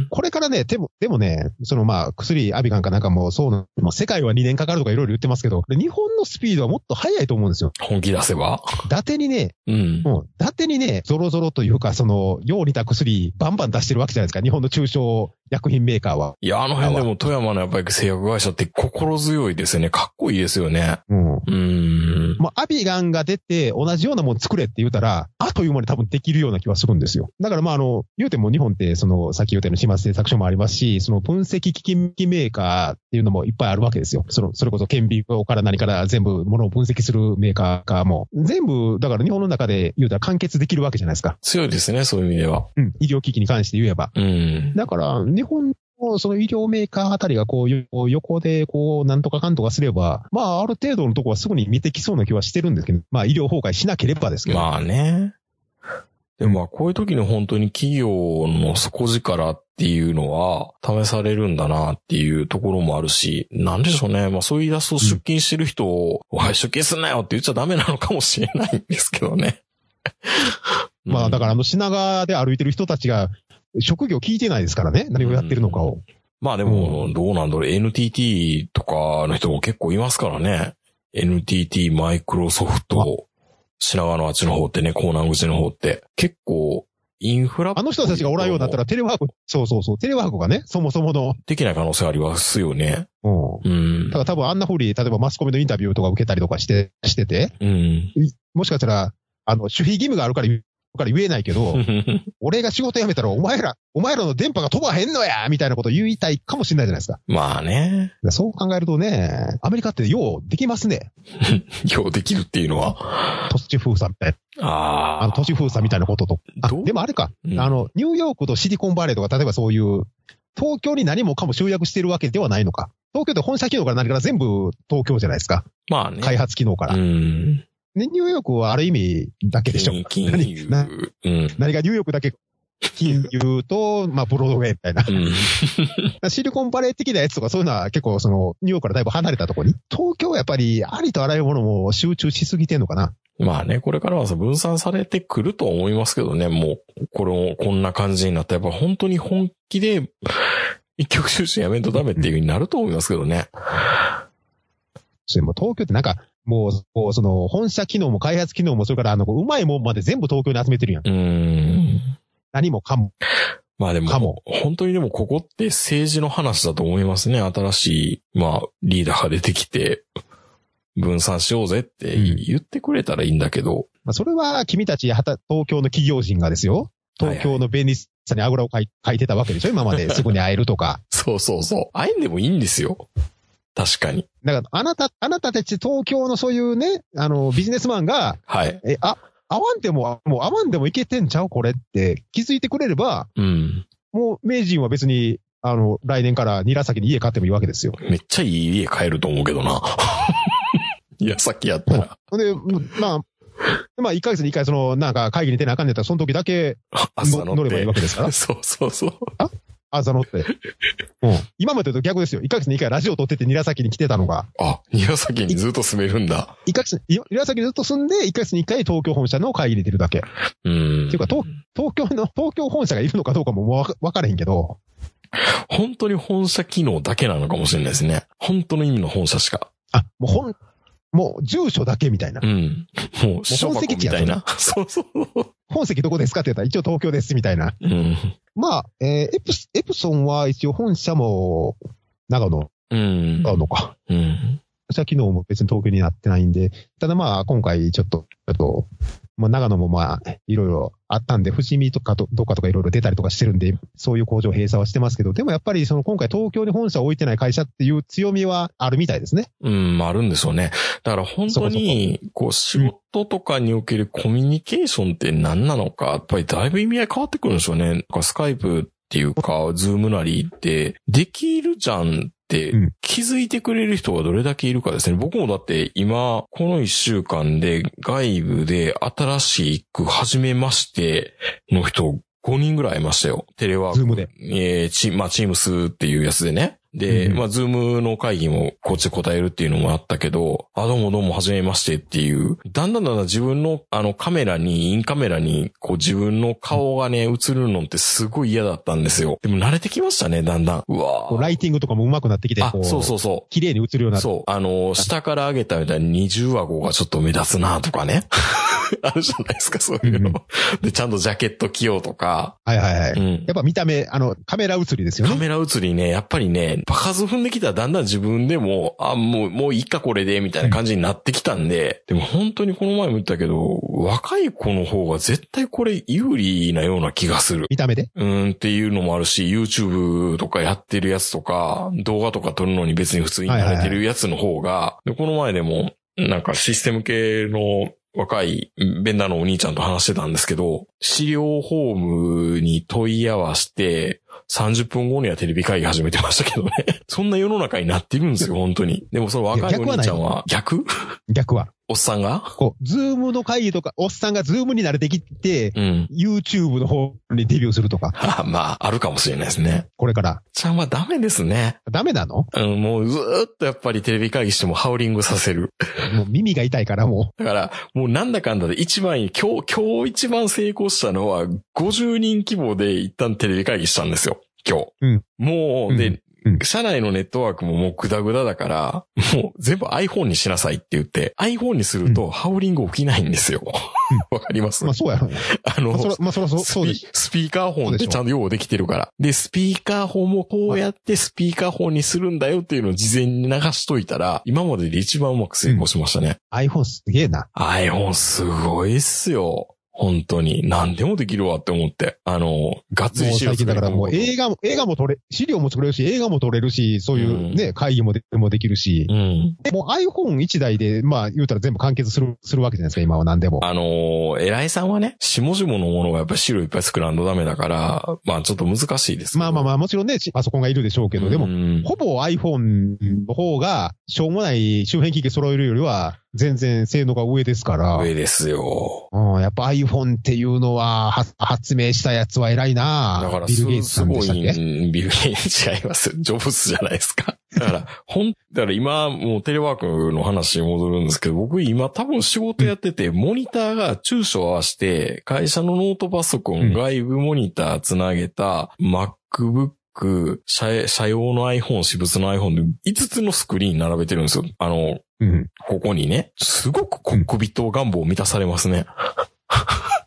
これからね、でも、でもね、そのまあ薬、アビガンかなんかもそうな、もう世界はにねんかかるとかいろいろ言ってますけど、日本のスピードはもっと速いと思うんですよ。 本気出せば伊達にね、 うん。 もう、伊達にね、ゾロゾロというか、その、よう似た薬、バンバン出してるわけじゃないですか、日本の中小薬品メーカーは。 いや、あの辺でも富山のやっぱり製薬会社って心強いですよね。かっこいいですよね。 うん。 うーん。 もうアビガンが出て同じようなもの作れって言うたら、あっという間に多分できるような気はするんですよ。だからまああの、言うても日本って、その、さっき言うたように島津製作所もありますし、その分析機器メーカーっていうのもいっぱいあるわけですよ。その、それこそ顕微鏡から何から全部ものを分析するメーカーも、全部、だから日本の中で言うたら完結できるわけじゃないですか。 強いですね、そういう意味では。 うん。医療機器に関して言えば。 うん。 だから、日本その医療メーカーあたりがこう横でこうなんとかかんとかすれば、まあある程度のところはすぐに見てきそうな気はしてるんですけど、まあ医療崩壊しなければですけど。 まあね。でもまあこういう時に本当に企業の底力っていうのは試されるんだなっていうところもあるし、なんでしょうね。まあそういうイラストを出勤してる人を、おい出勤すんなよって言っちゃダメなのかもしれないんですけどね。 まあだからあの品川で歩いてる人たちが、職業聞いてないですからね。何をやってるのかを。 まあでも、どうなんだろう。エヌティーティー とかの人も結構いますからね。エヌティーティー、マイクロソフト、品川のあっちの方ってね、港南口の方って。結構、インフラあの人たちがおらんようになったらテレワーク、そうそうそう、テレワークがね、そもそもの。 できない可能性ありますよね。 うん。うん。だから多分あんな風に、例えばマスコミのインタビューとか受けたりとかして、してて。 うん。 もしかしたら、あの、守秘義務があるからから言えないけど、俺が仕事辞めたらお前ら、お前らの電波が飛ばへんのやみたいなこと言いたいかもしれないじゃないですか。 まあね。 そう考えるとね、アメリカってようできますね。 ようできるっていうのは都市封鎖みたいな。 ああ。 あの都市封鎖みたいなことと。あ、でもあれか、うん。あの、ニューヨークとシリコンバレーとか、例えばそういう、東京に何もかも集約してるわけではないのか。東京って本社機能から何から全部東京じゃないですか。 まあね。 開発機能から。 うん。 ね、ニューヨークはある意味だけでしょ。 金融。 何, うん、 何がニューヨークだけ金融と、まあ、ブロードウェイみたいな。 うん、 シリコンバレー的なやつとかそういうのは結構その、ニューヨークからだいぶ離れたところに。東京はやっぱりありとあらゆるものも集中しすぎてんのかな。 まあね、これからは分散されてくると思いますけどね、もう、これをこんな感じになったらやっぱ本当に本気で、一極集中やめんとダメっていう風になると思いますけどね。 それも東京ってなんか、もう、こうその、本社機能も開発機能も、それからあの、うまいもんまで全部東京に集めてるやん。 うーん。 何もかも。 まあでも、本当にでもここって政治の話だと思いますね。新しい、まあ、リーダーが出てきて、分散しようぜって言ってくれたらいいんだけど。うん、 まあそれは君たち東京の企業人がですよ。東京の便利さにあぐらをかい、かいてたわけでしょ今まですぐに会えるとか。 そうそうそう。会えんでもいいんですよ。確かに。 だから、あなた、あなたたち東京のそういうね、あの、ビジネスマンが、 はい。 え、あ、会わんでも、もう会わんでもいけてんちゃうこれって気づいてくれれば、 うん。 もう名人は別に、あの、来年から韮崎に家買ってもいいわけですよ。 めっちゃいい家買えると思うけどな。いや、さっきやったら。 で、まあ、まあ、いっかげつにいっかいその、なんか会議に出なあかんねやったら、その時だけ乗ればいいわけですから。 そうそうそう。 あ朝乗って。うん。今までと逆ですよ。いっかげつにいっかいラジオ撮ってて韮崎に来てたのが。 あ、韮崎にずっと住めるんだ。 いっかげつ、韮崎にずっと住んで、いっかげつにいっかい東京本社の会議に出るだけ。 うん。 っていうか、東、東京の、東京本社がいるのかどうかもわか、わからへんけど。 本当に本社機能だけなのかもしれないですね。本当の意味の本社しか。 あ、もう本、もう住所だけみたいな。 うん。もう本籍地みたいな。そうそう。 本籍どこですかって言ったら一応東京ですみたいな。 うん。 まあ、えー、エプ、エプソンは一応本社も長野。 うん。 あるのか。 うん。 本社機能も別に東京になってないんで、ただまあ今回ちょっと、ちょっと、まあ長野もまあいろいろあったんで、伏見とかと、どっかとかいろいろ出たりとかしてるんで、そういう工場閉鎖はしてますけど、でもやっぱりその今回東京に本社を置いてない会社っていう強みはあるみたいですね。 うん、あるんでしょうね。だから本当に、こう仕事とかにおけるコミュニケーションって何なのか、やっぱりだいぶ意味合い変わってくるんでしょうね。なんかスカイプっていうか、ズームなりってできるじゃんって気づいてくれる人がどれだけいるかですね。僕もだって今、この一週間で外部で新しく始めましての人ごにんぐらいいましたよ。テレワーク。 ズームで。 えー、チ、まあ、チームスっていうやつでね。で、うん、まあ、ズームの会議もこっちで答えるっていうのもあったけど、あ、どうもどうもはじめましてっていう、だんだんだんだん自分のあのカメラに、インカメラに、こう自分の顔がね、映るのってすごい嫌だったんですよ。でも慣れてきましたね、だんだん。うわー。ライティングとかも上手くなってきて、 あ、そうそうそう。 綺麗に映るようになって。 そう。あの、下から上げたみたいに二重顎がちょっと目立つなとかね。あるじゃないですか、そういうの。うん、で、ちゃんとジャケット着ようとか。 はいはいはい。うん、やっぱ見た目、あの、カメラ映りですよね。 カメラ映りね、やっぱりね、場数踏んできたらだんだん自分でも、あ、もう、もういいかこれで、みたいな感じになってきたんで、うん、でも本当にこの前も言ったけど、若い子の方が絶対これ有利なような気がする。 見た目でうんっていうのもあるし、YouTube とかやってるやつとか、動画とか撮るのに別に普通に慣れてるやつの方が、はいはいはい、でこの前でも、なんかシステム系の若いベンダーのお兄ちゃんと話してたんですけど、資料ホームに問い合わせて、さんじゅっぷんごにはテレビ会議始めてましたけどね。そんな世の中になってるんですよ、本当に。でもその若いお兄ちゃんは逆？ 逆は。 おっさんがこう、ズームの会議とか、おっさんがズームに慣れてきて、うん、YouTube の方にデビューするとか。 はあ、まあ、あるかもしれないですね。 これから。 ちゃんはダメですね。 ダメなの？ うん、もうずーっとやっぱりテレビ会議してもハウリングさせる。 もう耳が痛いからもう。だから、もうなんだかんだで一番いい、今日、今日一番成功したのは、ごじゅうにん規模で一旦テレビ会議したんですよ。今日。 うん、 もう、で、 うん社内のネットワークももうグダグダだから、もう全部 iPhone にしなさいって言って、iPhone にするとハウリング起きないんですよ。わ、うん、かります？ まあそうやろ。 あの、まあそら、 まあそらそう、そうです。 スピーカーフォンってちゃんと用できてるから。で、スピーカーフォンもこうやってスピーカーフォンにするんだよっていうのを事前に流しといたら、今までで一番うまく成功しましたね。 うん、iPhone すげえな。 iPhone すごいっすよ。本当に。何でもできるわって思って。あの、がっつり資料最近だからもう映画も、映画も撮れ、資料も作れるし、映画も撮れるし、そういうね、うん、会議もでもできるし。 うん。 でも iPhone 一台で、まあ言うたら全部完結する、するわけじゃないですか、今は何でも。 あの、偉いさんはね、下々のものがやっぱり資料いっぱい作らんとダメだから、まあちょっと難しいです。 まあまあまあ、もちろんね、パソコンがいるでしょうけど、でも、ほぼ iPhone の方が、しょうもない周辺機器揃えるよりは、全然性能が上ですから。 上ですよ。 うん、やっぱ iPhone っていうのは、発明したやつは偉いな。 だからビル・ゲイツさんでしたっけ？ すごい、ビル・ゲイツ違います。ジョブスじゃないですか。だから、ほん、だから今、もうテレワークの話に戻るんですけど、僕今多分仕事やってて、モニターが中小合わせて、会社のノートパソコン、外部モニターつなげた MacBook、社、社用の iPhone、私物の iPhone でいつつのスクリーン並べてるんですよ。あの、 うん、 ここにね、すごくコックピット願望を満たされますね。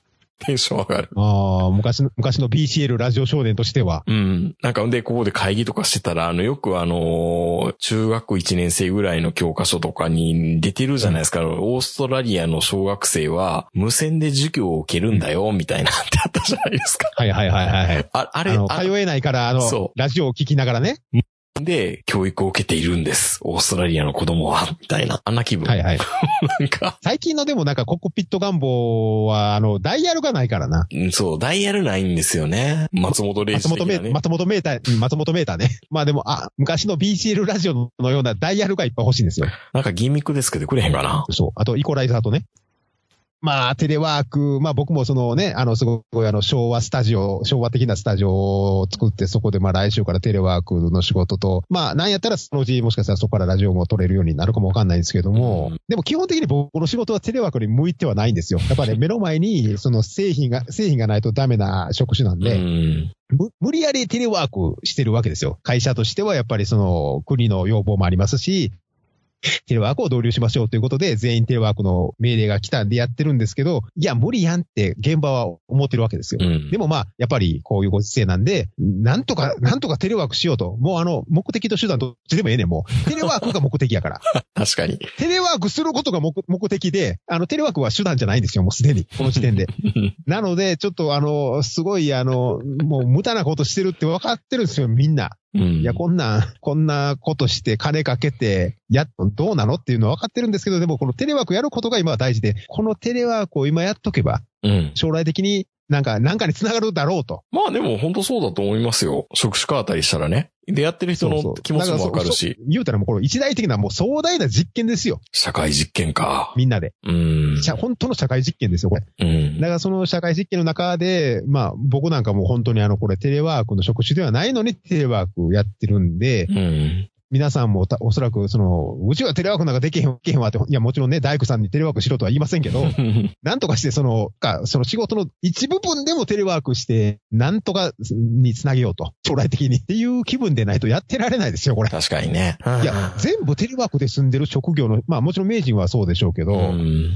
テンション上がる。 ああ、昔の、昔の ビーシーエル ラジオ少年としては。 うん。なんか、で、ここで会議とかしてたら、あの、よくあの、中学いちねん生ぐらいの教科書とかに出てるじゃないですか。うん、オーストラリアの小学生は、無線で授業を受けるんだよ、みたいなってあったじゃないですか。 はいはいはいはい。 あ、あれ、 あの、通えないから、あの、ラジオを聞きながらね。 で、教育を受けているんです。オーストラリアの子供は、みたいな。あんな気分。 はいはい。 なんか。 最近のでもなんかコックピット願望は、あの、ダイヤルがないからな。 うん、そう、ダイヤルないんですよね。松本零士的なね。 松本メー、松本メーター、松本メーターね。まあでも、あ、昔の ビーシーエル ラジオのようなダイヤルがいっぱい欲しいんですよ。 なんかギミックですけどくれへんかな。 そう。あと、イコライザーとね。まあ、テレワーク、まあ僕もそのね、あの、すごいあの、昭和スタジオ、昭和的なスタジオを作って、そこでまあ来週からテレワークの仕事と、まあなんやったらそのうちもしかしたらそこからラジオも撮れるようになるかもわかんないんですけども、うん、でも基本的に僕の仕事はテレワークに向いてはないんですよ。やっぱね、目の前にその製品が、製品がないとダメな職種なんで、うん無、無理やりテレワークしてるわけですよ。会社としてはやっぱりその国の要望もありますし、テレワークを導入しましょうということで、全員テレワークの命令が来たんでやってるんですけど、いや、無理やんって現場は思ってるわけですよ。うん、でもまあ、やっぱりこういうご時世なんで、なんとか、なんとかテレワークしようと。もうあの、目的と手段どっちでもええねん、もう。テレワークが目的やから。 確かに。 テレワークすることが 目, 目的で、あの、テレワークは手段じゃないんですよ、もうすでに。この時点で。なので、ちょっとあの、すごいあの、もう無駄なことしてるって分かってるんですよ、みんな。うん、いや、こんな、こんなことして金かけて、やっとどうなのっていうのは分かってるんですけど、でもこのテレワークやることが今は大事で、このテレワークを今やっとけば、うん、将来的になんか、なんかに繋がるだろうと。 まあでも本当そうだと思いますよ。職種変わったりしたらね。で、やってる人の気持ちもわかるし。そうそう言うたらもうこれ一大的なもう壮大な実験ですよ。 社会実験か。 みんなで。 うん。 本当の社会実験ですよ、これ。 うん。 だからその社会実験の中で、まあ僕なんかもう本当にあのこれテレワークの職種ではないのにテレワークやってるんで、うん。皆さんもおそらく、その、うちはテレワークなんかできへん、できへんわって、いや、もちろんね、大工さんにテレワークしろとは言いませんけど、なんとかして、その、か、その仕事の一部分でもテレワークして、なんとかにつなげようと、将来的にっていう気分でないとやってられないですよ、これ。 確かにね。 いや、全部テレワークで住んでる職業の、まあもちろん名人はそうでしょうけど、うん、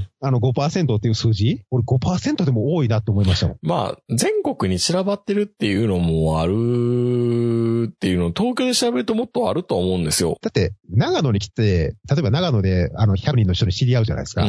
あの ごパーセント っていう数字、俺 ごパーセント でも多いなと思いましたもん。 まあ、全国に散らばってるっていうのもあるっていうのを東京で調べるともっとあると思うんですよ。 だって、長野に来て、例えば長野であのひゃくにんの人に知り合うじゃないですか。うん、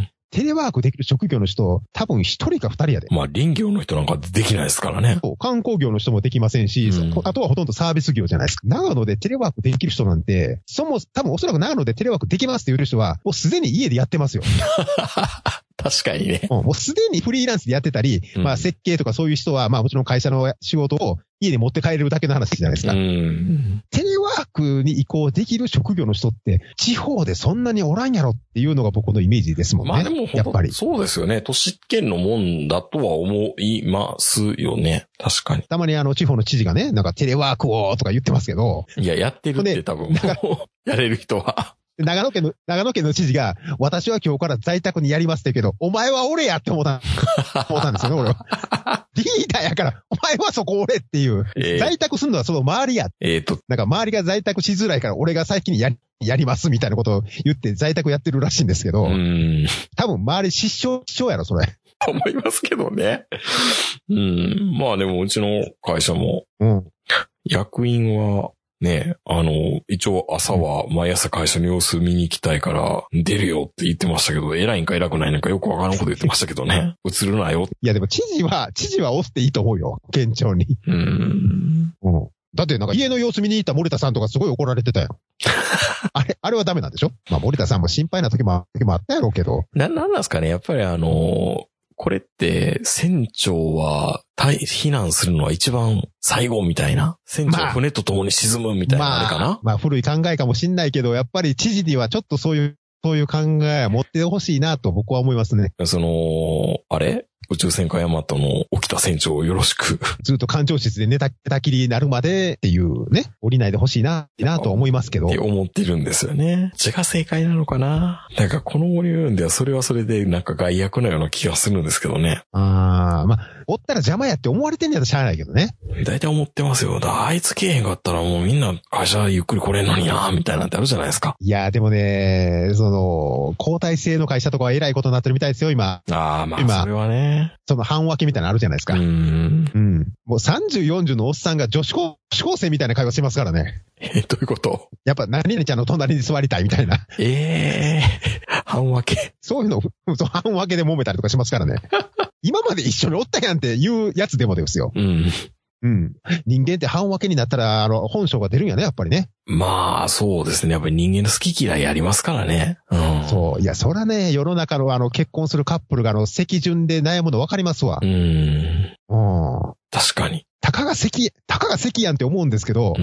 テレワークできる職業の人、多分一人か二人やで。 まあ林業の人なんかできないですからね。 そう、観光業の人もできませんし、うん、あとはほとんどサービス業じゃないですか。長野でテレワークできる人なんて、そも、多分おそらく長野でテレワークできますって言う人は、もうすでに家でやってますよ。 確かにね。 うん、もうすでにフリーランスでやってたり、うん、まあ設計とかそういう人は、まあもちろん会社の仕事を家に持って帰れるだけの話じゃないですか。うん、テレワークに移行できる職業の人って、地方でそんなにおらんやろっていうのが僕のイメージですもんね。 まあでもやっぱり。そうですよね。都市圏のもんだとは思いますよね。確かに。 たまにあの地方の知事がね、なんかテレワークをとか言ってますけど。 いや、やってるって多分、やれる人は。 長野県の、長野県の知事が、私は今日から在宅にやりますって言うけど、お前は俺やって思った、思ったんですよね、俺は。リーダーやから、お前はそこ俺っていう。えー、在宅するのはその周りや。 えーと。 なんか周りが在宅しづらいから、俺が先にやり、やりますみたいなことを言って在宅やってるらしいんですけど、うん、多分周り失笑、失笑やろ、それ。 思いますけどね。うん。まあでもうちの会社も、うん、役員は、ねえ、あの、一応朝は毎朝会社の様子見に行きたいから出るよって言ってましたけど、偉いんか偉くないのかよくわからんこと言ってましたけどね。映るなよ。 いやでも知事は、知事は押していいと思うよ。県庁に。うーん。 うん。だってなんか家の様子見に行った森田さんとかすごい怒られてたよ。あれ、あれはダメなんでしょ？まあ森田さんも心配な時も、時もあったやろうけど。 な、なんなんですかねやっぱりあの、これって、船長は、避難するのは一番最後みたいな。船長は船と共に沈むみたいなあれかな、 まあ、まあ古い考えかもしんないけど、やっぱり知事にはちょっとそういう、そういう考えを持ってほしいなと僕は思いますね。 その、あれ宇宙戦艦ヤマトの沖田船長をよろしく。 ずっと艦長室で寝た、寝たきりになるまでっていうね、降りないでほしいな、なと思いますけど。 って思ってるんですよね。そっちが正解なのかな。なんかこの森を読んではそれはそれでなんか害悪なような気がするんですけどね。 ああ、まあ、 おったら邪魔やって思われてんやったらしゃあないけどね。 大体思ってますよ。だあいつ来えへんかったらもうみんな会社ゆっくり来れんのにな、みたいなってあるじゃないですか。 いや、でもね、その、交代制の会社とかは偉いことになってるみたいですよ、今。 ああ、まあ、今それはね。 その半分けみたいなのあるじゃないですか。うん。うん。もうさんじゅう、よんじゅうのおっさんが女子高、女子高生みたいな会話してますからね。 え、どういうこと？ やっぱ何々ちゃんの隣に座りたいみたいな。 ええー、半分け。 そういうの、そう半分けで揉めたりとかしますからね。今まで一緒におったやんっていうやつでもですよ。うん。うん。人間って半分けになったら、あの、本性が出るんやね、やっぱりね。 まあ、そうですね。やっぱり人間の好き嫌いありますからね。うん。 そう。いや、そらね、世の中のあの、結婚するカップルがあの、席順で悩むの分かりますわ。うん。 うん。確かに。 たかが席、たかが席やんって思うんですけど、うん。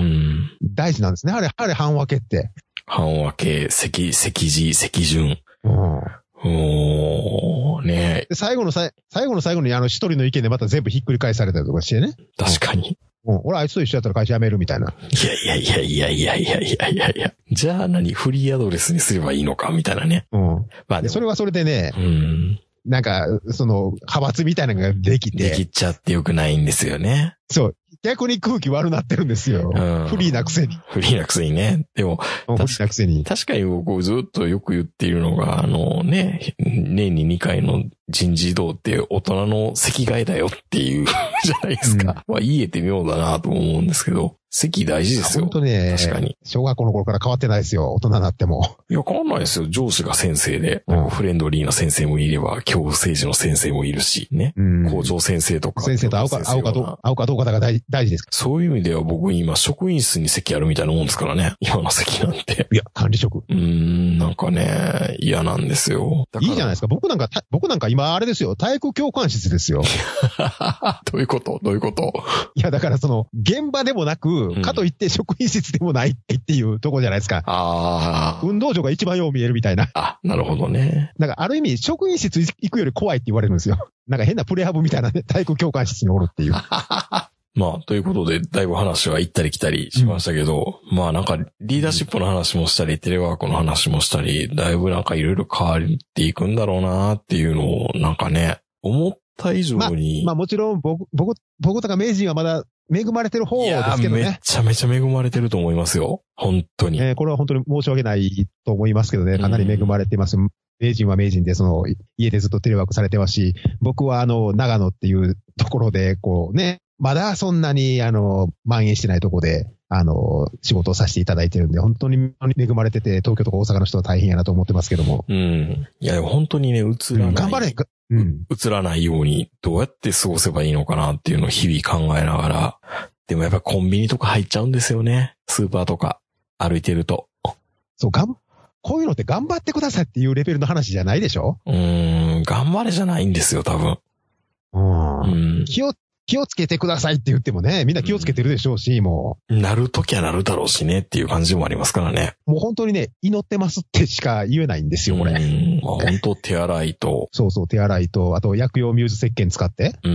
大事なんですね。あれ、あれ半分けって。 半分け、席、席次、席順。うん。おー、ねえ。最後のさい、最後の最後にあの一人の意見でまた全部ひっくり返されたりとかしてね。 確かに。 うん。俺あいつと一緒やったら会社辞めるみたいな。 いやいやいやいやいやいやいやいやいや。じゃあ何フリーアドレスにすればいいのかみたいなね。うん。 まあそれはそれでね。うん。なんか、その、派閥みたいなのができて。 できちゃってよくないんですよね。 そう。逆に空気悪なってるんですよ。うん、フリーなくせに。 フリーなくせにね。でも、 フリーなくせに。 確かに僕ずっとよく言っているのが、あのね、年ににかいの人事異動って大人の席替えだよっていうじゃないですか。うん、まあ言えて妙だなと思うんですけど、席大事ですよ。 本当ね。 確かに。 小学校の頃から変わってないですよ。大人になっても。 いや、変わんないですよ。上司が先生で、うん、フレンドリーな先生もいれば、恐怖政治の先生もいるし、ね。うん、校長先生とか。 先生と会うか、会うかどうか、会うかどうかが大事ですか。 そういう意味では僕今職員室に席あるみたいなもんですからね。今の席なんて。 いや、管理職。 うーん、なんかね、嫌なんですよ。 いいじゃないですか。僕なんか、僕なんか今あれですよ。体育教官室ですよ。 どういうことどういうこといや、だからその、現場でもなく、うん、かといって職員室でもないっていうとこじゃないですか。ああ。運動場が一番よう見えるみたいな。 あ、なるほどね。 なんかある意味、職員室行くより怖いって言われるんですよ。なんか変なプレハブみたいなね、体育教官室におるっていう。 まあ、ということで、だいぶ話は行ったり来たりしましたけど、うん、まあなんか、リーダーシップの話もしたり、テレワークの話もしたり、だいぶなんかいろいろ変わっていくんだろうなっていうのを、なんかね、思った以上に。 まあ、まあもちろん僕、僕、僕とか名人はまだ恵まれてる方ですけどね。 いやめちゃめちゃ恵まれてると思いますよ。本当に。 えー、これは本当に申し訳ないと思いますけどね、かなり恵まれています。うん、名人は名人で、その、家でずっとテレワークされてますし、僕はあの、長野っていうところで、こうね、まだそんなに、あの、蔓延してないところで、あの、仕事をさせていただいてるんで、本当に恵まれてて、東京とか大阪の人は大変やなと思ってますけども。 うん。いや、でも本当にね、映らない。うん、 頑張れ。うん。 映らないように、どうやって過ごせばいいのかなっていうのを日々考えながら、でもやっぱコンビニとか入っちゃうんですよね。スーパーとか、歩いてると。 そう、がん、こういうのって頑張ってくださいっていうレベルの話じゃないでしょ？ うーん、頑張れじゃないんですよ、多分。 うん。うん、気を、気をつけてくださいって言ってもね、みんな気をつけてるでしょうし、うん、もう。なるときはなるだろうしねっていう感じもありますからね。 もう本当にね、祈ってますってしか言えないんですよ、これ。うん。 まあ、本当手洗いと。 そうそう、手洗いと、あと薬用ミューズ石鹸使って。うん。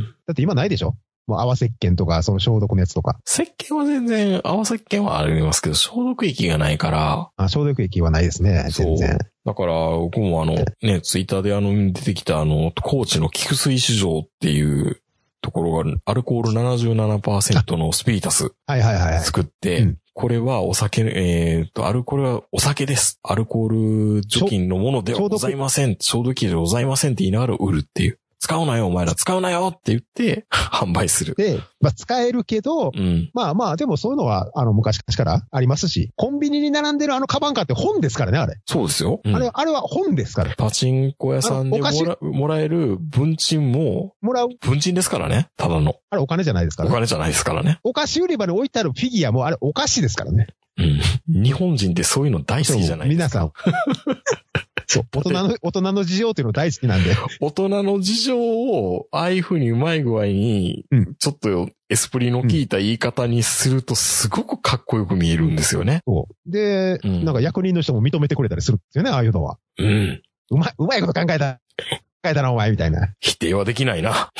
だって今ないでしょ？もう泡石鹸とか、その消毒のやつとか。 石鹸は全然、泡石鹸はありますけど、消毒液がないから。 あ、消毒液はないですね、全然。 だから、僕もあの、ね、ツイッターであの、出てきたあの、高知の菊水市場っていうところが、アルコール ななじゅうななパーセント のスピリタス。 はいはいはい。 作って、うん、これはお酒、えっと、アルコールはお酒です。アルコール除菌のものではございません。消毒液ではございませんって言いながら売るっていう。使うなよ、お前ら使うなよって言って、販売する。 で、まあ使えるけど、うん、まあまあ、でもそういうのは、あの、昔からありますし、コンビニに並んでるあのカバンカーって本ですからね、あれ。 そうですよ。 うん、あれ、あれは本ですから。 パチンコ屋さんでもら、もらえる文鎮も、 もらう。 文鎮ですからね、ただの。 あれお金じゃないですからね。お金じゃないですからね。 お菓子売り場に置いてあるフィギュアもあれお菓子ですからね。 うん。日本人ってそういうの大好きじゃないですか。 皆さん。そう。大人の、大人の事情っていうの大好きなんで。 大人の事情を、ああいう風にうまい具合に、ちょっとエスプリの効いた言い方にするとすごくかっこよく見えるんですよね。 そう。で、うん、なんか役人の人も認めてくれたりするんですよね、ああいうのは。うん。うまい、うまいこと考えた。考えたな、お前、みたいな。 否定はできないな、って。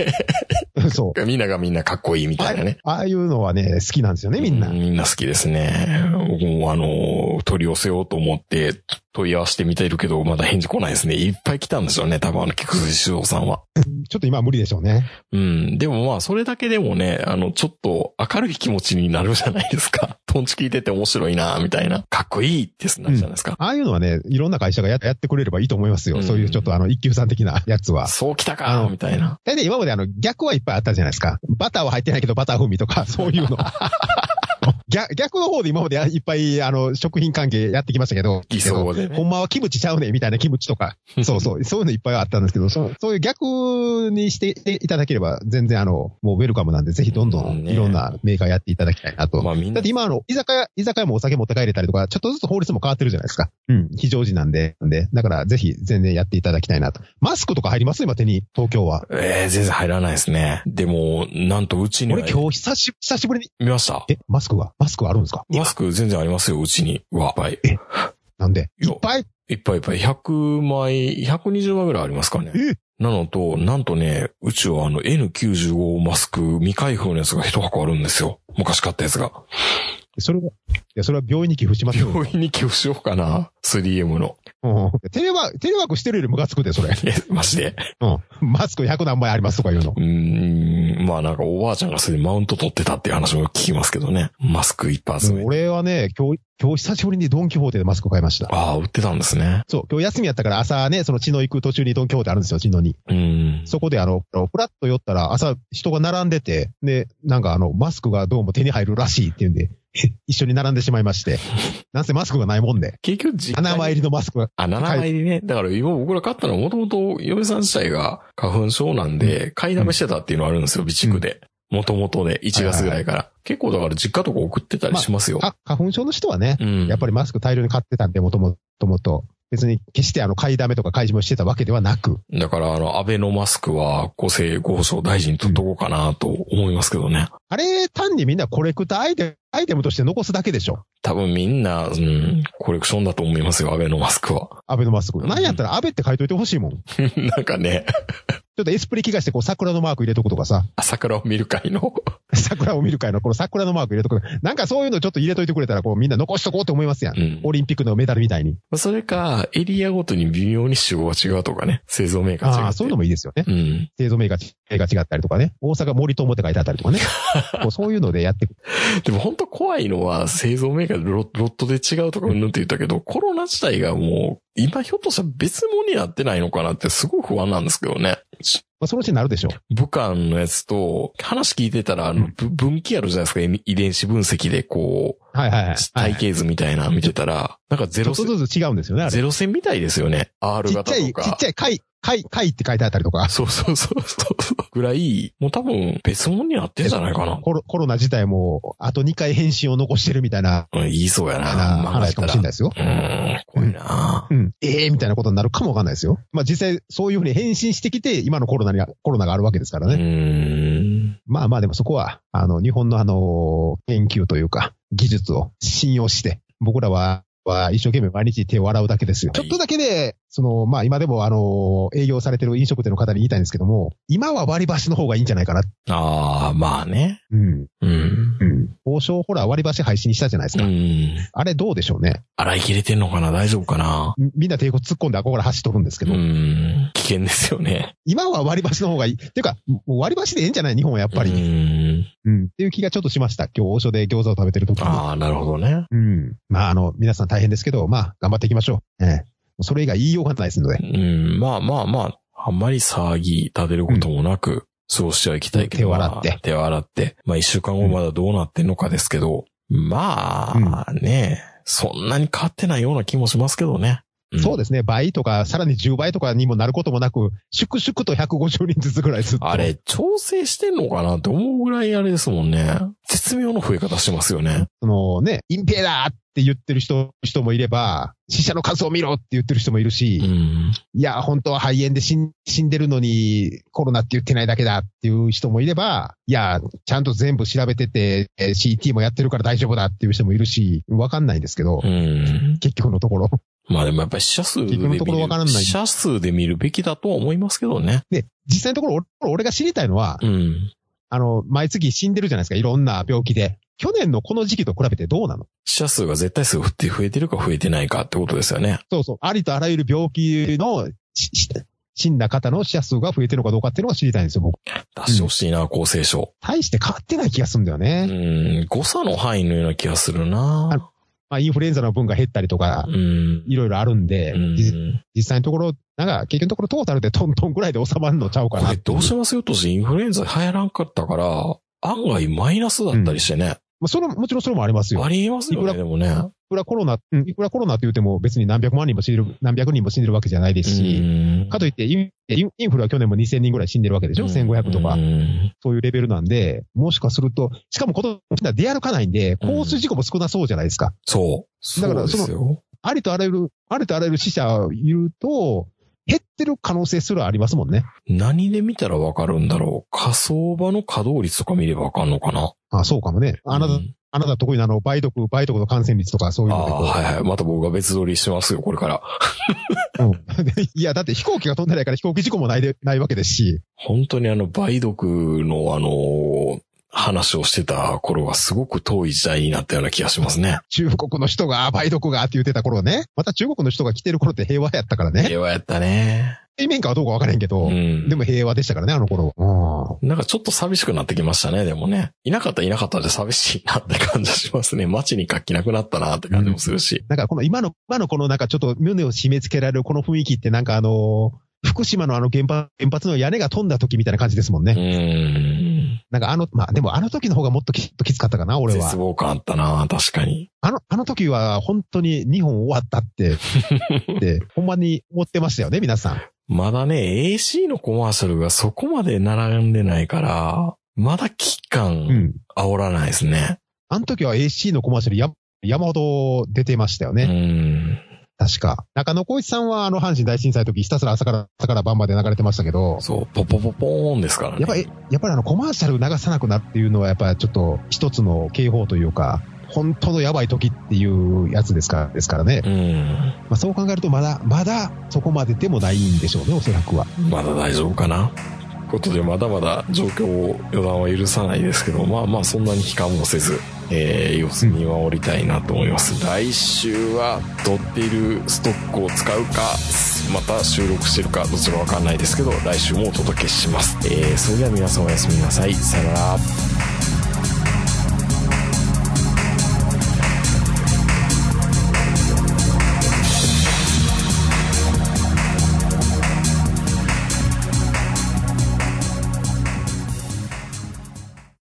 そう。みんながみんなかっこいいみたいなね。 ああいうのはね、好きなんですよね、みんな。 みんな好きですね。僕もあの、取り寄せようと思って、 問い合わせてみているけど、まだ返事来ないですね。いっぱい来たんでしょうね、多分あの、菊水志郎さんは。 ちょっと今は無理でしょうね。 うん。でもまあ、それだけでもね、あの、ちょっと明るい気持ちになるじゃないですか。トンチ聞いてて面白いな、みたいな。かっこいいってなるじゃないですか、 うん。ああいうのはね、いろんな会社が や, やってくれればいいと思いますよ。うん、そういうちょっとあの、一級さん的なやつは。 そうきたか、みたいな。 大体今まであの、逆はいっぱいあったじゃないですか。バターは入ってないけどバター風味とか、そういうの。逆、逆の方で今までいっぱい、あの、食品関係やってきましたけど、 いそうでね。 ほんまはキムチちゃうねみたいなキムチとか、そうそう、そういうのいっぱいあったんですけど、そう、そういう逆にしていただければ、全然あの、もうウェルカムなんで、ぜひどんどんいろんなメーカーやっていただきたいなと。まあみんな。だって今あの、居酒屋、居酒屋もお酒持って帰れたりとか、ちょっとずつ法律も変わってるじゃないですか。うん、非常時なんで、で、だからぜひ全然やっていただきたいなと。マスクとか入ります今手に、東京は。 ええー、全然入らないですね。でも、なんとうちには。 俺今日久し、久しぶりに。 見ました？ え、マスクはマスクはあるんですか？ マスク全然ありますよ、うちには。いっぱい。 え、なんでいっぱいいっぱいいっぱい。ひゃくまい、ひゃくにじゅうまいぐらいありますかね。 えなのと、なんとね、うちはあの エヌきゅうじゅうご マスク未開封のやつが一箱あるんですよ。昔買ったやつが。 それは、いや、それは病院に寄付しますよ。 病院に寄付しようかな。スリーエム の。 うん。テレワーク、テレワークしてるよりムカつくで、それ。 え、マジで。 うん。マスクひゃく何枚ありますとか言うの。 うーん。まあなんかおばあちゃんがそれでマウント取ってたっていう話も聞きますけどね。マスク一発目。 俺はね、今日、今日久しぶりにドンキホーテでマスク買いました。 ああ、売ってたんですね。 そう、今日休みやったから朝ね、その血の行く途中にドンキホーテあるんですよ、血のに。 うん。 そこであの、フラッと寄ったら朝人が並んでて、で、なんかあの、マスクがどうも手に入るらしいっていうんで、一緒に並んでしまいまして。なんせマスクがないもんで。 結局実家にななまい入りのマスクが。 あ、ななまい入りね。だから今僕ら買ったのはもともと嫁さん自体が花粉症なんで、買いだめしてたっていうのがあるんですよ、備蓄で。もともとで、いちがつぐらいから。はいはいはい、結構だから実家とか送ってたりしますよ。 まあ、花粉症の人はね、 うん、 やっぱりマスク大量に買ってたんで、もともともと。別に決してあの買いだめとか買い占めしてたわけではなく。 だからあの、安倍のマスクは厚生労働大臣取っとこうかなと思いますけどね。 うん、あれ、単にみんなコレクターアイテム、アイテムとして残すだけでしょ。 多分みんな、うん、コレクションだと思いますよ、安倍のマスクは。 安倍のマスク。何やったら安倍って書いといてほしいもん。 なんかね。 ちょっとエスプリ気がしてこう桜のマーク入れとくとかさ。 あ、桜を見る会の。 桜を見る会のこの桜のマーク入れとく。なんかそういうのちょっと入れといてくれたらこうみんな残しとこうって思いますやん。うん、オリンピックのメダルみたいに。 それか、エリアごとに微妙に主語が違うとかね。製造メーカー違う。 ああ、そういうのもいいですよね。 うん。 製造メーカーが違ったりとかね。大阪森友って書いてあったりとかね。こうそういうのでやってく。 でも本当怖いのは製造メーカーでロ, ロットで違うとかうんぬんって言ったけど、コロナ自体がもう、今ひょっとしたら別物になってないのかなってすごい不安なんですけどね。 まあ、そのうちになるでしょう。 武漢のやつと、話聞いてたら、あの、うん、分岐あるじゃないですか、遺伝子分析でこう、 はいはいはい。 体系図みたいなの見てたら、なんかゼロ線。 ちょっとずつ違うんですよね、あれ。 ゼロ線みたいですよね。R 型とか。 ちっちゃい、ちっちゃい貝、貝、貝って書いてあったりとか。 そうそうそうそう。ぐらい、もう多分別物になってんじゃないかな。 コロ、コロナ自体も、あとにかい返信を残してるみたいな。 うん、言いそうやな。 話かもしれないですよ。 うん、怖いな。 うん。ええー、みたいなことになるかもわかんないですよ。まあ実際、そういうふうに返信してきて、今のコロナに、コロナがあるわけですからね。 うん。 まあまあでもそこは、あの、日本のあの、研究というか、技術を信用して、僕らは、は一生懸命毎日手を洗うだけですよ。はい、ちょっとだけで、その、まあ今でもあの、営業されてる飲食店の方に言いたいんですけども、今は割り箸の方がいいんじゃないかな。 ああ、まあね。 うん。 うん。 うん。王将ほら割り箸廃止にしたじゃないですか。うん。あれどうでしょうね。 洗い切れてんのかな、大丈夫かな。 みんな抵抗突っ込んであここから箸取るんですけど。 うん。危険ですよね。 今は割り箸の方がいい。っていうか、もう割り箸でええんじゃない日本はやっぱり。うん。うん。っていう気がちょっとしました。今日王将で餃子を食べてる時に。 ああ、なるほどね。 うん。まああの、皆さん大変ですけど、まあ頑張っていきましょう。ええ。それ以外言いようがないですので。 うん。まあまあまあ、あんまり騒ぎ立てることもなく、うん、過ごしてはいきたいけど。 手を洗って。 手を洗って。まあ一週間後まだどうなってんのかですけど、うん、まあね、うん、そんなに変わってないような気もしますけどね。 うん、そうですね。倍とか、さらにじゅうばいとかにもなることもなく、粛々とひゃくごじゅうにんずつぐらいずっと。 あれ、調整してんのかなって思うぐらいあれですもんね。絶妙の増え方してますよね。 そのね、隠蔽だって言ってる人、人もいれば、死者の数を見ろって言ってる人もいるし、うん、いや、本当は肺炎で死ん、死んでるのにコロナって言ってないだけだっていう人もいれば、いや、ちゃんと全部調べてて、シーティー もやってるから大丈夫だっていう人もいるし、わかんないんですけど、うん、結局のところ。 まあでもやっぱり死者数で見る、死者数で見るべきだとは思いますけどね。 で、実際のところ俺、俺が知りたいのは、 うん、 あの、毎月死んでるじゃないですか、いろんな病気で。 去年のこの時期と比べてどうなの？ 死者数が絶対数増えてるか増えてないかってことですよね。 そうそう。ありとあらゆる病気の死んだ方の死者数が増えてるのかどうかっていうのが知りたいんですよ、僕。 出してほしいな、うん、厚生省。 大して変わってない気がするんだよね。 うん、誤差の範囲のような気がするな。 まあ、インフルエンザの分が減ったりとか、うん、いろいろあるんで、うん、実際のところ、なんか、結局のところトータルでトントンぐらいで収まるのちゃうかな。 これどうしますよとし、インフルエンザ流行らんかったから、案外マイナスだったりしてね。 うん、それもちろんそれもありますよ。 ありますよね、でもね。 いくらコロナ、うん、いくらコロナって言っても別に何百万人も死んでる、何百人も死んでるわけじゃないですし、かといってイン、インフルは去年もにせんにんぐらい死んでるわけでしょ ?せんごひゃく とか。そういうレベルなんで、もしかすると、しかも今年は出歩かないんで、交通事故も少なそうじゃないですか。 そう。 だからその、ありとあらゆる、ありとあらゆる死者を言うと、減ってる可能性すらありますもんね。 何で見たらわかるんだろう。火葬場の稼働率とか見ればわかんのかな。 あ、そうかもね。あなた、うん、あなた得意なあの、梅毒、梅毒の感染率とかそういうので。 ああ、はいはい。また僕が別撮りしますよ、これから。 うん。いや、だって飛行機が飛んでないから飛行機事故もないで、ないわけですし。 本当にあの、梅毒のあのー、話をしてた頃はすごく遠い時代になったような気がしますね。 中国の人が梅毒がって言ってた頃ね。また中国の人が来てる頃って平和やったからね。 平和やったね。 平面かはどうかわからへんけど、うん、でも平和でしたからね、あの頃。 うん、なんかちょっと寂しくなってきましたね、でもね。いなかったいなかったで寂しいなって感じがしますね。街に活気なくなったなって感じもするし。 うん、なんかこの今の、今のこのなんかちょっと胸を締め付けられるこの雰囲気ってなんかあのー、福島のあの原発、原発の屋根が飛んだ時みたいな感じですもんね。 うん。 なんかあの、まあでもあの時の方がもっときっときつかったかな、俺は。 絶望感あったな、確かに。 あの、あの時は本当に日本終わったって、って、ほんまに思ってましたよね、皆さん。 まだね、エーシー のコマーシャルがそこまで並んでないから、まだ危機感煽らないですね。 うん、あの時は エーシー のコマーシャルや山ほど出てましたよね。 うん確か。中野浩一さんはあの阪神大震災の時ひたすら朝から朝から晩まで流れてましたけど。 そう、ポポポポーンですからね。 やっぱり、やっぱりあのコマーシャル流さなくなっていうのはやっぱりちょっと一つの警報というか、本当のやばい時っていうやつですから、ですからね。 うん。 まあそう考えるとまだ、まだそこまででもないんでしょうね、おそらくは。 まだ大丈夫かな。ということでまだまだ状況を予断は許さないですけど、まあまあそんなに悲観もせず、えー、様子見守りたいなと思います。うん、来週は取っているストックを使うか、また収録してるか、どちらかわかんないですけど、来週もお届けします。えー、それでは皆さんおやすみなさい。さよなら。